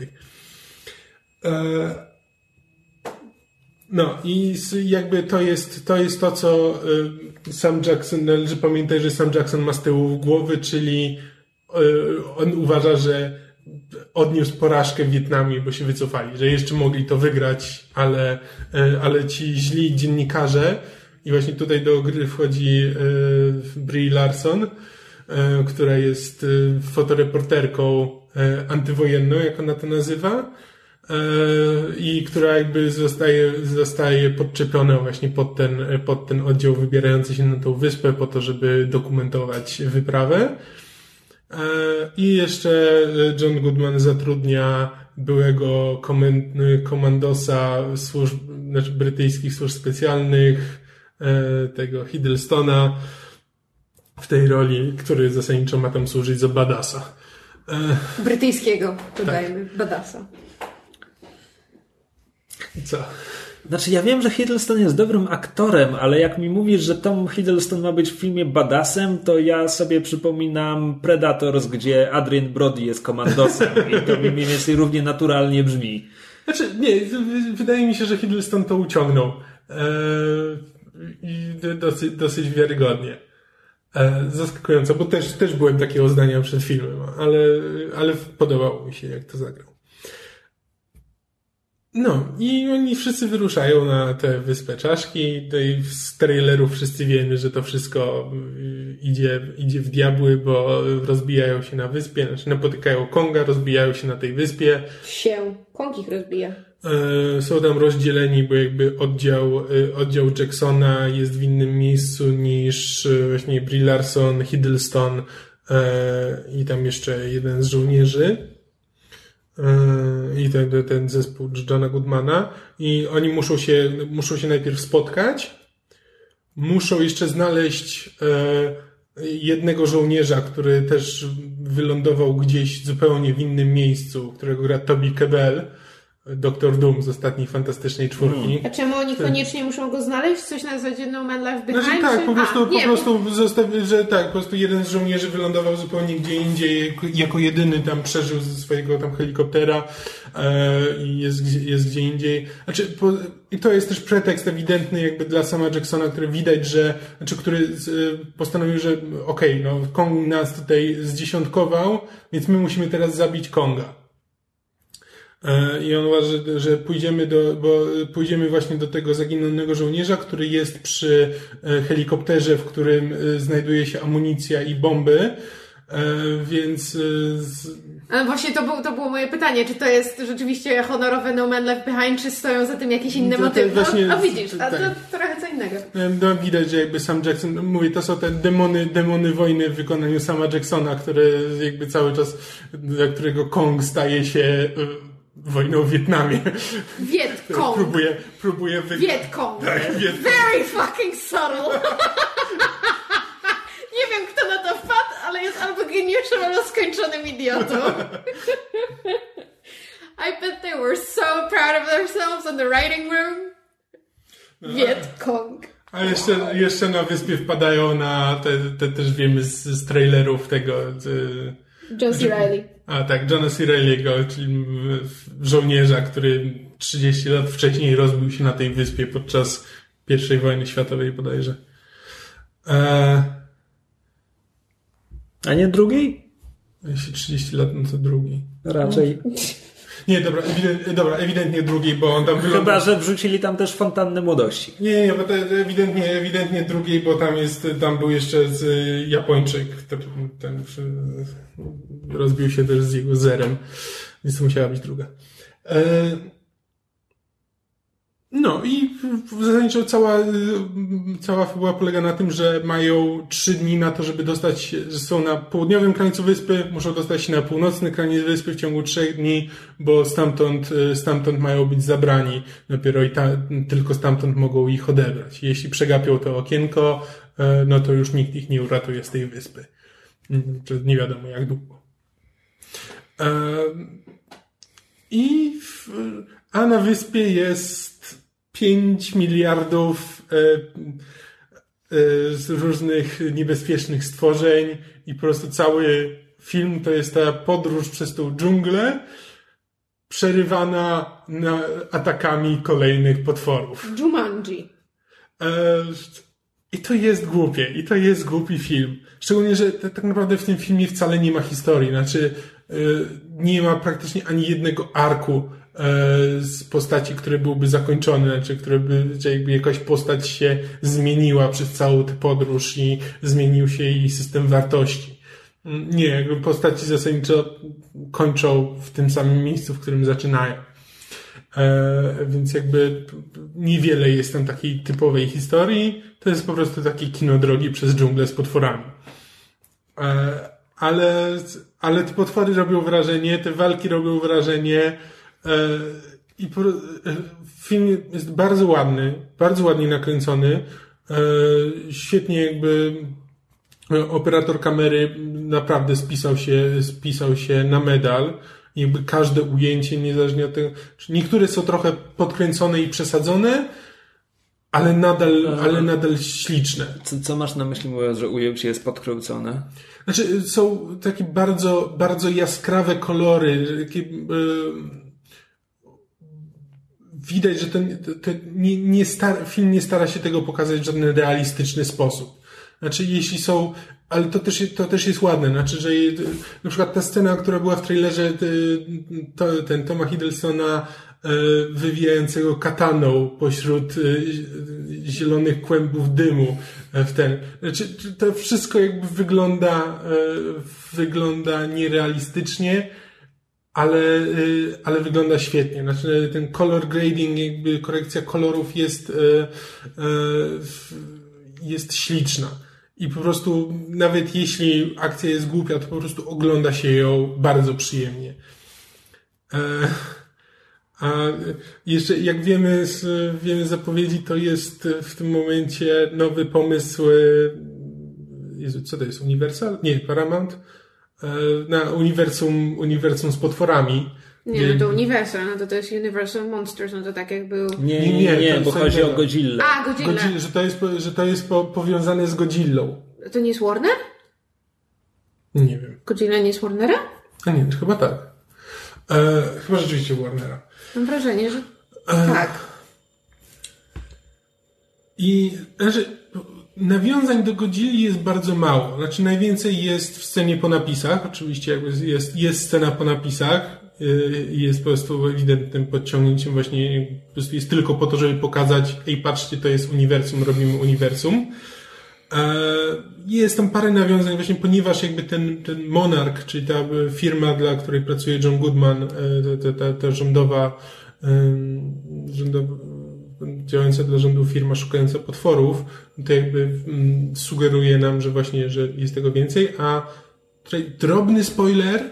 I jakby to jest to, co Sam Jackson, należy pamiętać, że Sam Jackson ma z tyłu głowy, czyli on uważa, że odniósł porażkę w Wietnamie, bo się wycofali, że jeszcze mogli to wygrać, ale ci źli dziennikarze, i właśnie tutaj do gry wchodzi Brie Larson, która jest fotoreporterką antywojenną, jak ona to nazywa, i która jakby zostaje podczepiona właśnie pod ten oddział wybierający się na tą wyspę po to, żeby dokumentować wyprawę. I jeszcze John Goodman zatrudnia byłego komandosa brytyjskich służb specjalnych, tego Hiddlestona w tej roli, który zasadniczo ma tam służyć za badasa. Brytyjskiego, dodajmy, tak. Badasa. Co? Znaczy ja wiem, że Hiddleston jest dobrym aktorem, ale jak mi mówisz, że Tom Hiddleston ma być w filmie badasem, to ja sobie przypominam Predators, gdzie Adrien Brody jest komandosem i to mi mniej więcej równie naturalnie brzmi. Znaczy nie, wydaje mi się, że Hiddleston to uciągnął i dosyć wiarygodnie. Zaskakująco, bo też byłem takiego zdania przed filmem, ale podobało mi się, jak to zagrał. No i oni wszyscy wyruszają na tę wyspę Czaszki. Z trailerów wszyscy wiemy, że to wszystko idzie w diabły, bo rozbijają się na wyspie, znaczy napotykają Konga, rozbijają się na tej wyspie. Kong ich rozbija. Są tam rozdzieleni, bo jakby oddział Jacksona jest w innym miejscu niż właśnie Brie Larson, Hiddleston i tam jeszcze jeden z żołnierzy. I ten zespół Johna Goodmana i oni muszą się najpierw spotkać, muszą jeszcze znaleźć jednego żołnierza, który też wylądował gdzieś zupełnie w innym miejscu, którego gra Toby Kebbell, Doktor Doom z ostatniej Fantastycznej Czwórki. A czemu oni koniecznie muszą go znaleźć? Coś na zasadzie No Man Left Behind? Znaczy, tak, po prostu jeden z żołnierzy wylądował zupełnie gdzie indziej, jako jedyny tam przeżył ze swojego tam helikoptera i jest gdzie indziej. Znaczy, i to jest też pretekst ewidentny jakby dla sama Jacksona, który widać, który postanowił, że no Kong nas tutaj zdziesiątkował, więc my musimy teraz zabić Konga. I on uważa, że pójdziemy właśnie do tego zaginionego żołnierza, który jest przy helikopterze, w którym znajduje się amunicja i bomby, więc... Ale właśnie to było moje pytanie, czy to jest rzeczywiście honorowe No Man Left Behind, czy stoją za tym jakieś inne motywy? Właśnie, widzisz, to trochę co innego. No, widać, że jakby sam Jackson, mówię, to są te demony wojny w wykonaniu sama Jacksona, które jakby cały czas, dla którego Kong staje się wojną w Wietnamie. Vietkong. Próbuje Vietkong. Tak, Vietkong. Very fucking subtle. Nie wiem, kto na to wpadł, ale jest albo geniuszem, albo skończonym idiotą. I bet they were so proud of themselves in the writing room. Vietkong. A jeszcze na wyspie wpadają na te też wiemy z trailerów tego... John C. Reilly. A tak, Johna C. Reilly'ego, czyli żołnierza, który 30 lat wcześniej rozbił się na tej wyspie podczas I wojny światowej bodajże. A nie drugiej? Jeśli 30 lat, no to drugi. Raczej. Nie, dobra, ewidentnie drugiej, bo on tam Chyba, że wrzucili tam też fontannę młodości. Nie, bo to ewidentnie drugiej, bo tam był jeszcze Japończyk, który tam rozbił się też z jego zerem, więc to musiała być druga. No i zasadniczo cała fabuła polega na tym, że mają 3 dni na to, żeby dostać się, że są na południowym krańcu wyspy, muszą dostać się na północny kraniec wyspy w ciągu 3 dni, bo stamtąd mają być zabrani. Dopiero tylko stamtąd mogą ich odebrać. Jeśli przegapią to okienko, no to już nikt ich nie uratuje z tej wyspy. Nie wiadomo jak długo. A na wyspie jest 5 miliardów różnych niebezpiecznych stworzeń i po prostu cały film to jest ta podróż przez tą dżunglę przerywana atakami kolejnych potworów. Jumanji. I to jest głupie. I to jest głupi film. Szczególnie, że tak naprawdę w tym filmie wcale nie ma historii. Znaczy nie ma praktycznie ani jednego arku z postaci, który byłby zakończony, znaczy, że jakby jakaś postać się zmieniła przez całą tę podróż i zmienił się jej system wartości. Nie, jakby postaci zasadniczo kończą w tym samym miejscu, w którym zaczynają. Więc jakby niewiele jest tam takiej typowej historii. To jest po prostu takie kino drogi przez dżunglę z potworami. Ale te potwory robią wrażenie, te walki robią wrażenie i film jest bardzo ładny, bardzo ładnie nakręcony. Świetnie jakby operator kamery naprawdę spisał się na medal. Jakby każde ujęcie, niezależnie od tego, niektóre są trochę podkręcone i przesadzone, ale nadal śliczne. Co masz na myśli, mówiąc, że ujęcie jest podkręcone? Znaczy, są takie bardzo, bardzo jaskrawe kolory, takie, widać, że film nie stara się tego pokazać w żaden realistyczny sposób. Znaczy, jeśli są, ale to też jest ładne. Znaczy, że na przykład ta scena, która była w trailerze, ten Toma Hiddlestona wywijającego kataną pośród zielonych kłębów dymu znaczy, to wszystko jakby wygląda nierealistycznie, ale wygląda świetnie. Znaczy, ten color grading, jakby korekcja kolorów jest śliczna. I po prostu, nawet jeśli akcja jest głupia, to po prostu ogląda się ją bardzo przyjemnie. A jeszcze, jak wiemy z zapowiedzi, to jest w tym momencie nowy pomysł, Jezu, co to jest? Universal? Nie, Paramount? Na uniwersum z potworami. Nie, no to Universal, no to jest Universal Monsters, no to tak jak był... Nie, bo chodzi o Godzillę. A, Godzilla. Że to jest powiązane z Godzillą. To nie jest Warner? Nie wiem. Godzilla nie jest Warnera? A nie, chyba tak. Chyba rzeczywiście Warnera. Mam wrażenie, że tak. I znaczy, nawiązań do Godzilli jest bardzo mało. Znaczy, najwięcej jest w scenie po napisach. Oczywiście jakby jest scena po napisach. Jest po prostu ewidentnym podciągnięciem właśnie, po prostu jest tylko po to, żeby pokazać, ej, patrzcie, to jest uniwersum, robimy uniwersum. Jest tam parę nawiązań właśnie, ponieważ jakby ten Monarch, czyli ta firma, dla której pracuje John Goodman, ta rządowa działająca dla rządu firma szukająca potworów, to jakby sugeruje nam, że właśnie, że jest tego więcej, a tutaj drobny spoiler,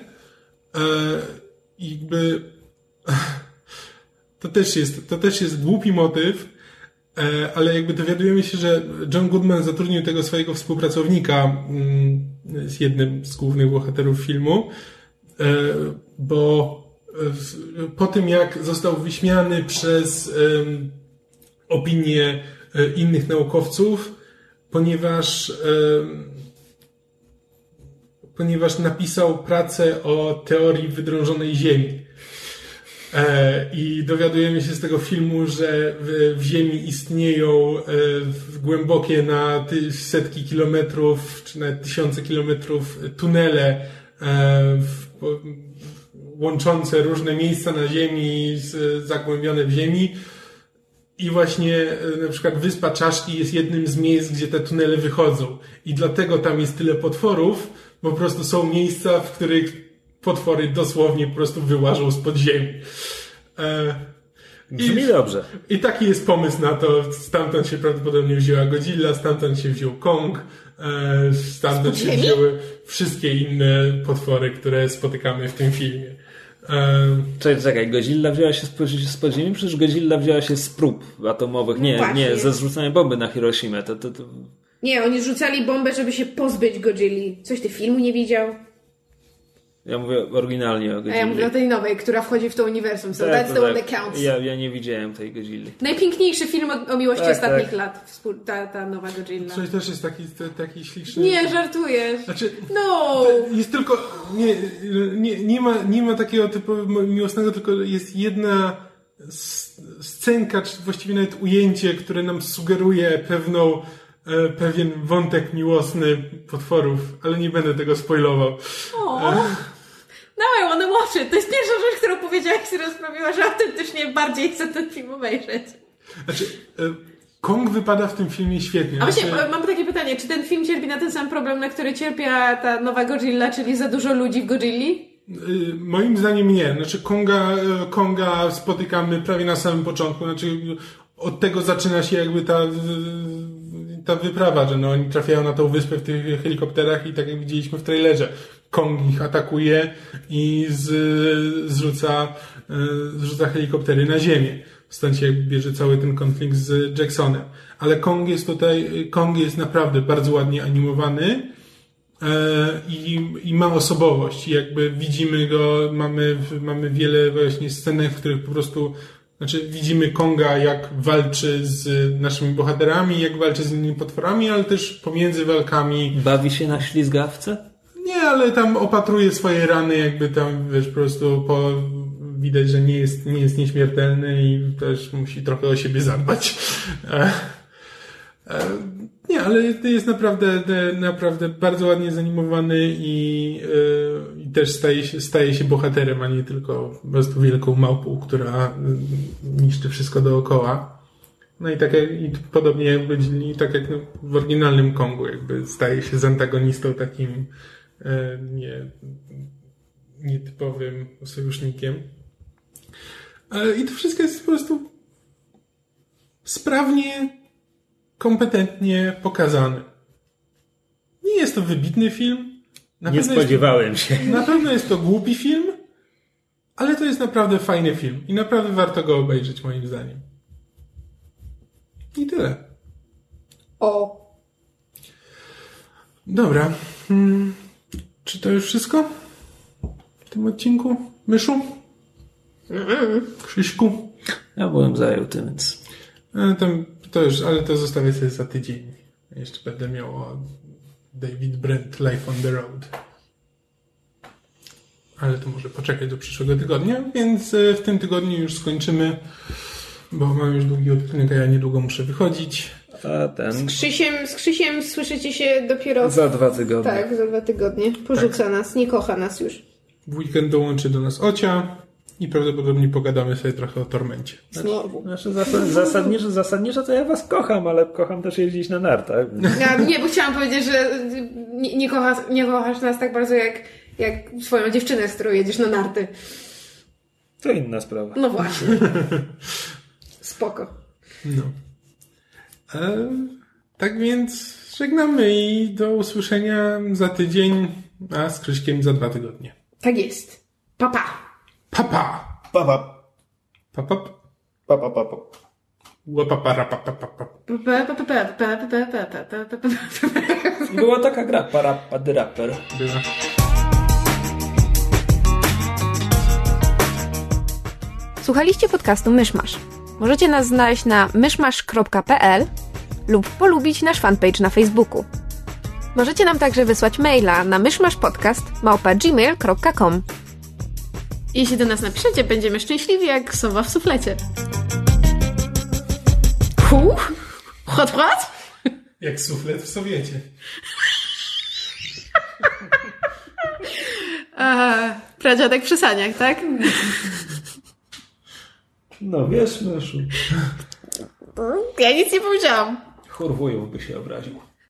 jakby to też jest głupi motyw, ale jakby dowiadujemy się, że John Goodman zatrudnił tego swojego współpracownika, z jednym z głównych bohaterów filmu, bo po tym jak został wyśmiany przez opinie innych naukowców, ponieważ napisał pracę o teorii wydrążonej Ziemi. I dowiadujemy się z tego filmu, że w Ziemi istnieją głębokie na setki kilometrów, czy nawet tysiące kilometrów tunele łączące różne miejsca na Ziemi, zagłębione w Ziemi. I właśnie na przykład Wyspa Czaszki jest jednym z miejsc, gdzie te tunele wychodzą. I dlatego tam jest tyle potworów, bo po prostu są miejsca, w których potwory dosłownie po prostu wyłażą spod ziemi. Brzmi dobrze. I taki jest pomysł na to. Stamtąd się prawdopodobnie wzięła Godzilla, stamtąd się wziął Kong, stamtąd się wzięły wszystkie inne potwory, które spotykamy w tym filmie. Czekaj, Godzilla wzięła się spod ziemi? Przecież Godzilla wzięła się z prób atomowych. Nie, ze zrzucania bomby na Hiroshimę. To... Nie, oni rzucali bombę, żeby się pozbyć Godzilli. Coś ty filmu nie widział? Ja mówię oryginalnie o Godzilli. A ja mówię o tej nowej, która wchodzi w to uniwersum. So that's the one that counts. Ja nie widziałem tej Godzilli. Najpiękniejszy film o miłości ostatnich lat. Ta nowa Godzilla. Coś też jest taki śliczny. Nie, żartujesz. Znaczy, no! Jest tylko... Nie ma takiego typu miłosnego, tylko jest jedna scenka, czy właściwie nawet ujęcie, które nam sugeruje pewien wątek miłosny potworów, ale nie będę tego spoilował. Now I wanna watch it. To jest pierwsza rzecz, którą powiedziałaś, która sprawiła, że autentycznie bardziej chcę ten film obejrzeć. Znaczy, Kong wypada w tym filmie świetnie. A właśnie, mam takie pytanie, czy ten film cierpi na ten sam problem, na który cierpiała ta nowa Godzilla, czyli za dużo ludzi w Godzilli? Moim zdaniem nie. Znaczy Konga spotykamy prawie na samym początku. Znaczy od tego zaczyna się jakby ta wyprawa, że no oni trafiają na tą wyspę w tych helikopterach i tak jak widzieliśmy w trailerze, Kong ich atakuje i zrzuca helikoptery na ziemię. Stąd się bierze cały ten konflikt z Jacksonem. Ale Kong jest naprawdę bardzo ładnie animowany i ma osobowość. I jakby widzimy go, mamy wiele właśnie scenek, w których po prostu widzimy Konga, jak walczy z naszymi bohaterami, jak walczy z innymi potworami, ale też pomiędzy walkami. Bawi się na ślizgawce? Nie, ale tam opatruje swoje rany, jakby tam, po prostu widać, że nie jest nieśmiertelny i też musi trochę o siebie zadbać. Nie, ale jest naprawdę bardzo ładnie zanimowany i też staje się bohaterem, a nie tylko po prostu wielką małpą, która niszczy wszystko dookoła. No i podobnie tak jak w oryginalnym Kongu, jakby staje się z antagonistą takim nietypowym sojusznikiem. I to wszystko jest po prostu sprawnie, kompetentnie pokazany. Nie jest to wybitny film. Nie spodziewałem się. Na pewno jest to głupi film, ale to jest naprawdę fajny film i naprawdę warto go obejrzeć, moim zdaniem. I tyle. Dobra. Czy to już wszystko w tym odcinku? Myszu? Krzyśku? Ja byłem zajęty, więc... Ale to zostawię sobie za tydzień. Jeszcze będę miał o David Brent Life on the Road. Ale to może poczekać do przyszłego tygodnia, więc w tym tygodniu już skończymy, bo mam już długi odcinek, a ja niedługo muszę wychodzić. Z Krzysiem słyszycie się dopiero... Za 2 tygodnie. Tak, za 2 tygodnie. Porzuca nas, nie kocha nas już. W weekend dołączy do nas Ocia i prawdopodobnie pogadamy sobie trochę o Tormencie. Zasadniczo to ja was kocham, ale kocham też jeździć na nartach. Nie, bo chciałam powiedzieć, że nie kochasz nas tak bardzo jak swoją dziewczynę, z którą jedziesz na narty. To inna sprawa. No właśnie. Spoko. No. Tak więc żegnamy i do usłyszenia za tydzień, a z Krzyśkiem za 2 tygodnie. Tak jest. Pa, pa. Pa, pa. Pa, pa. Pa, pa. Pa, pa, pa, pa. Była taka gra, Parappa the Rapper. Była. Słuchaliście podcastu Myszmasz. Możecie nas znaleźć na myszmasz.pl lub polubić nasz fanpage na Facebooku. Możecie nam także wysłać maila na myszmaszpodcast@gmail.com. Jeśli do nas napiszecie, będziemy szczęśliwi jak sowa w suflecie. What? Jak suflet w Sowiecie. Pradziadek przy saniach, tak? No wiesz, Myszu. Ja nic nie powiedziałam. Chór wujów by się obraził.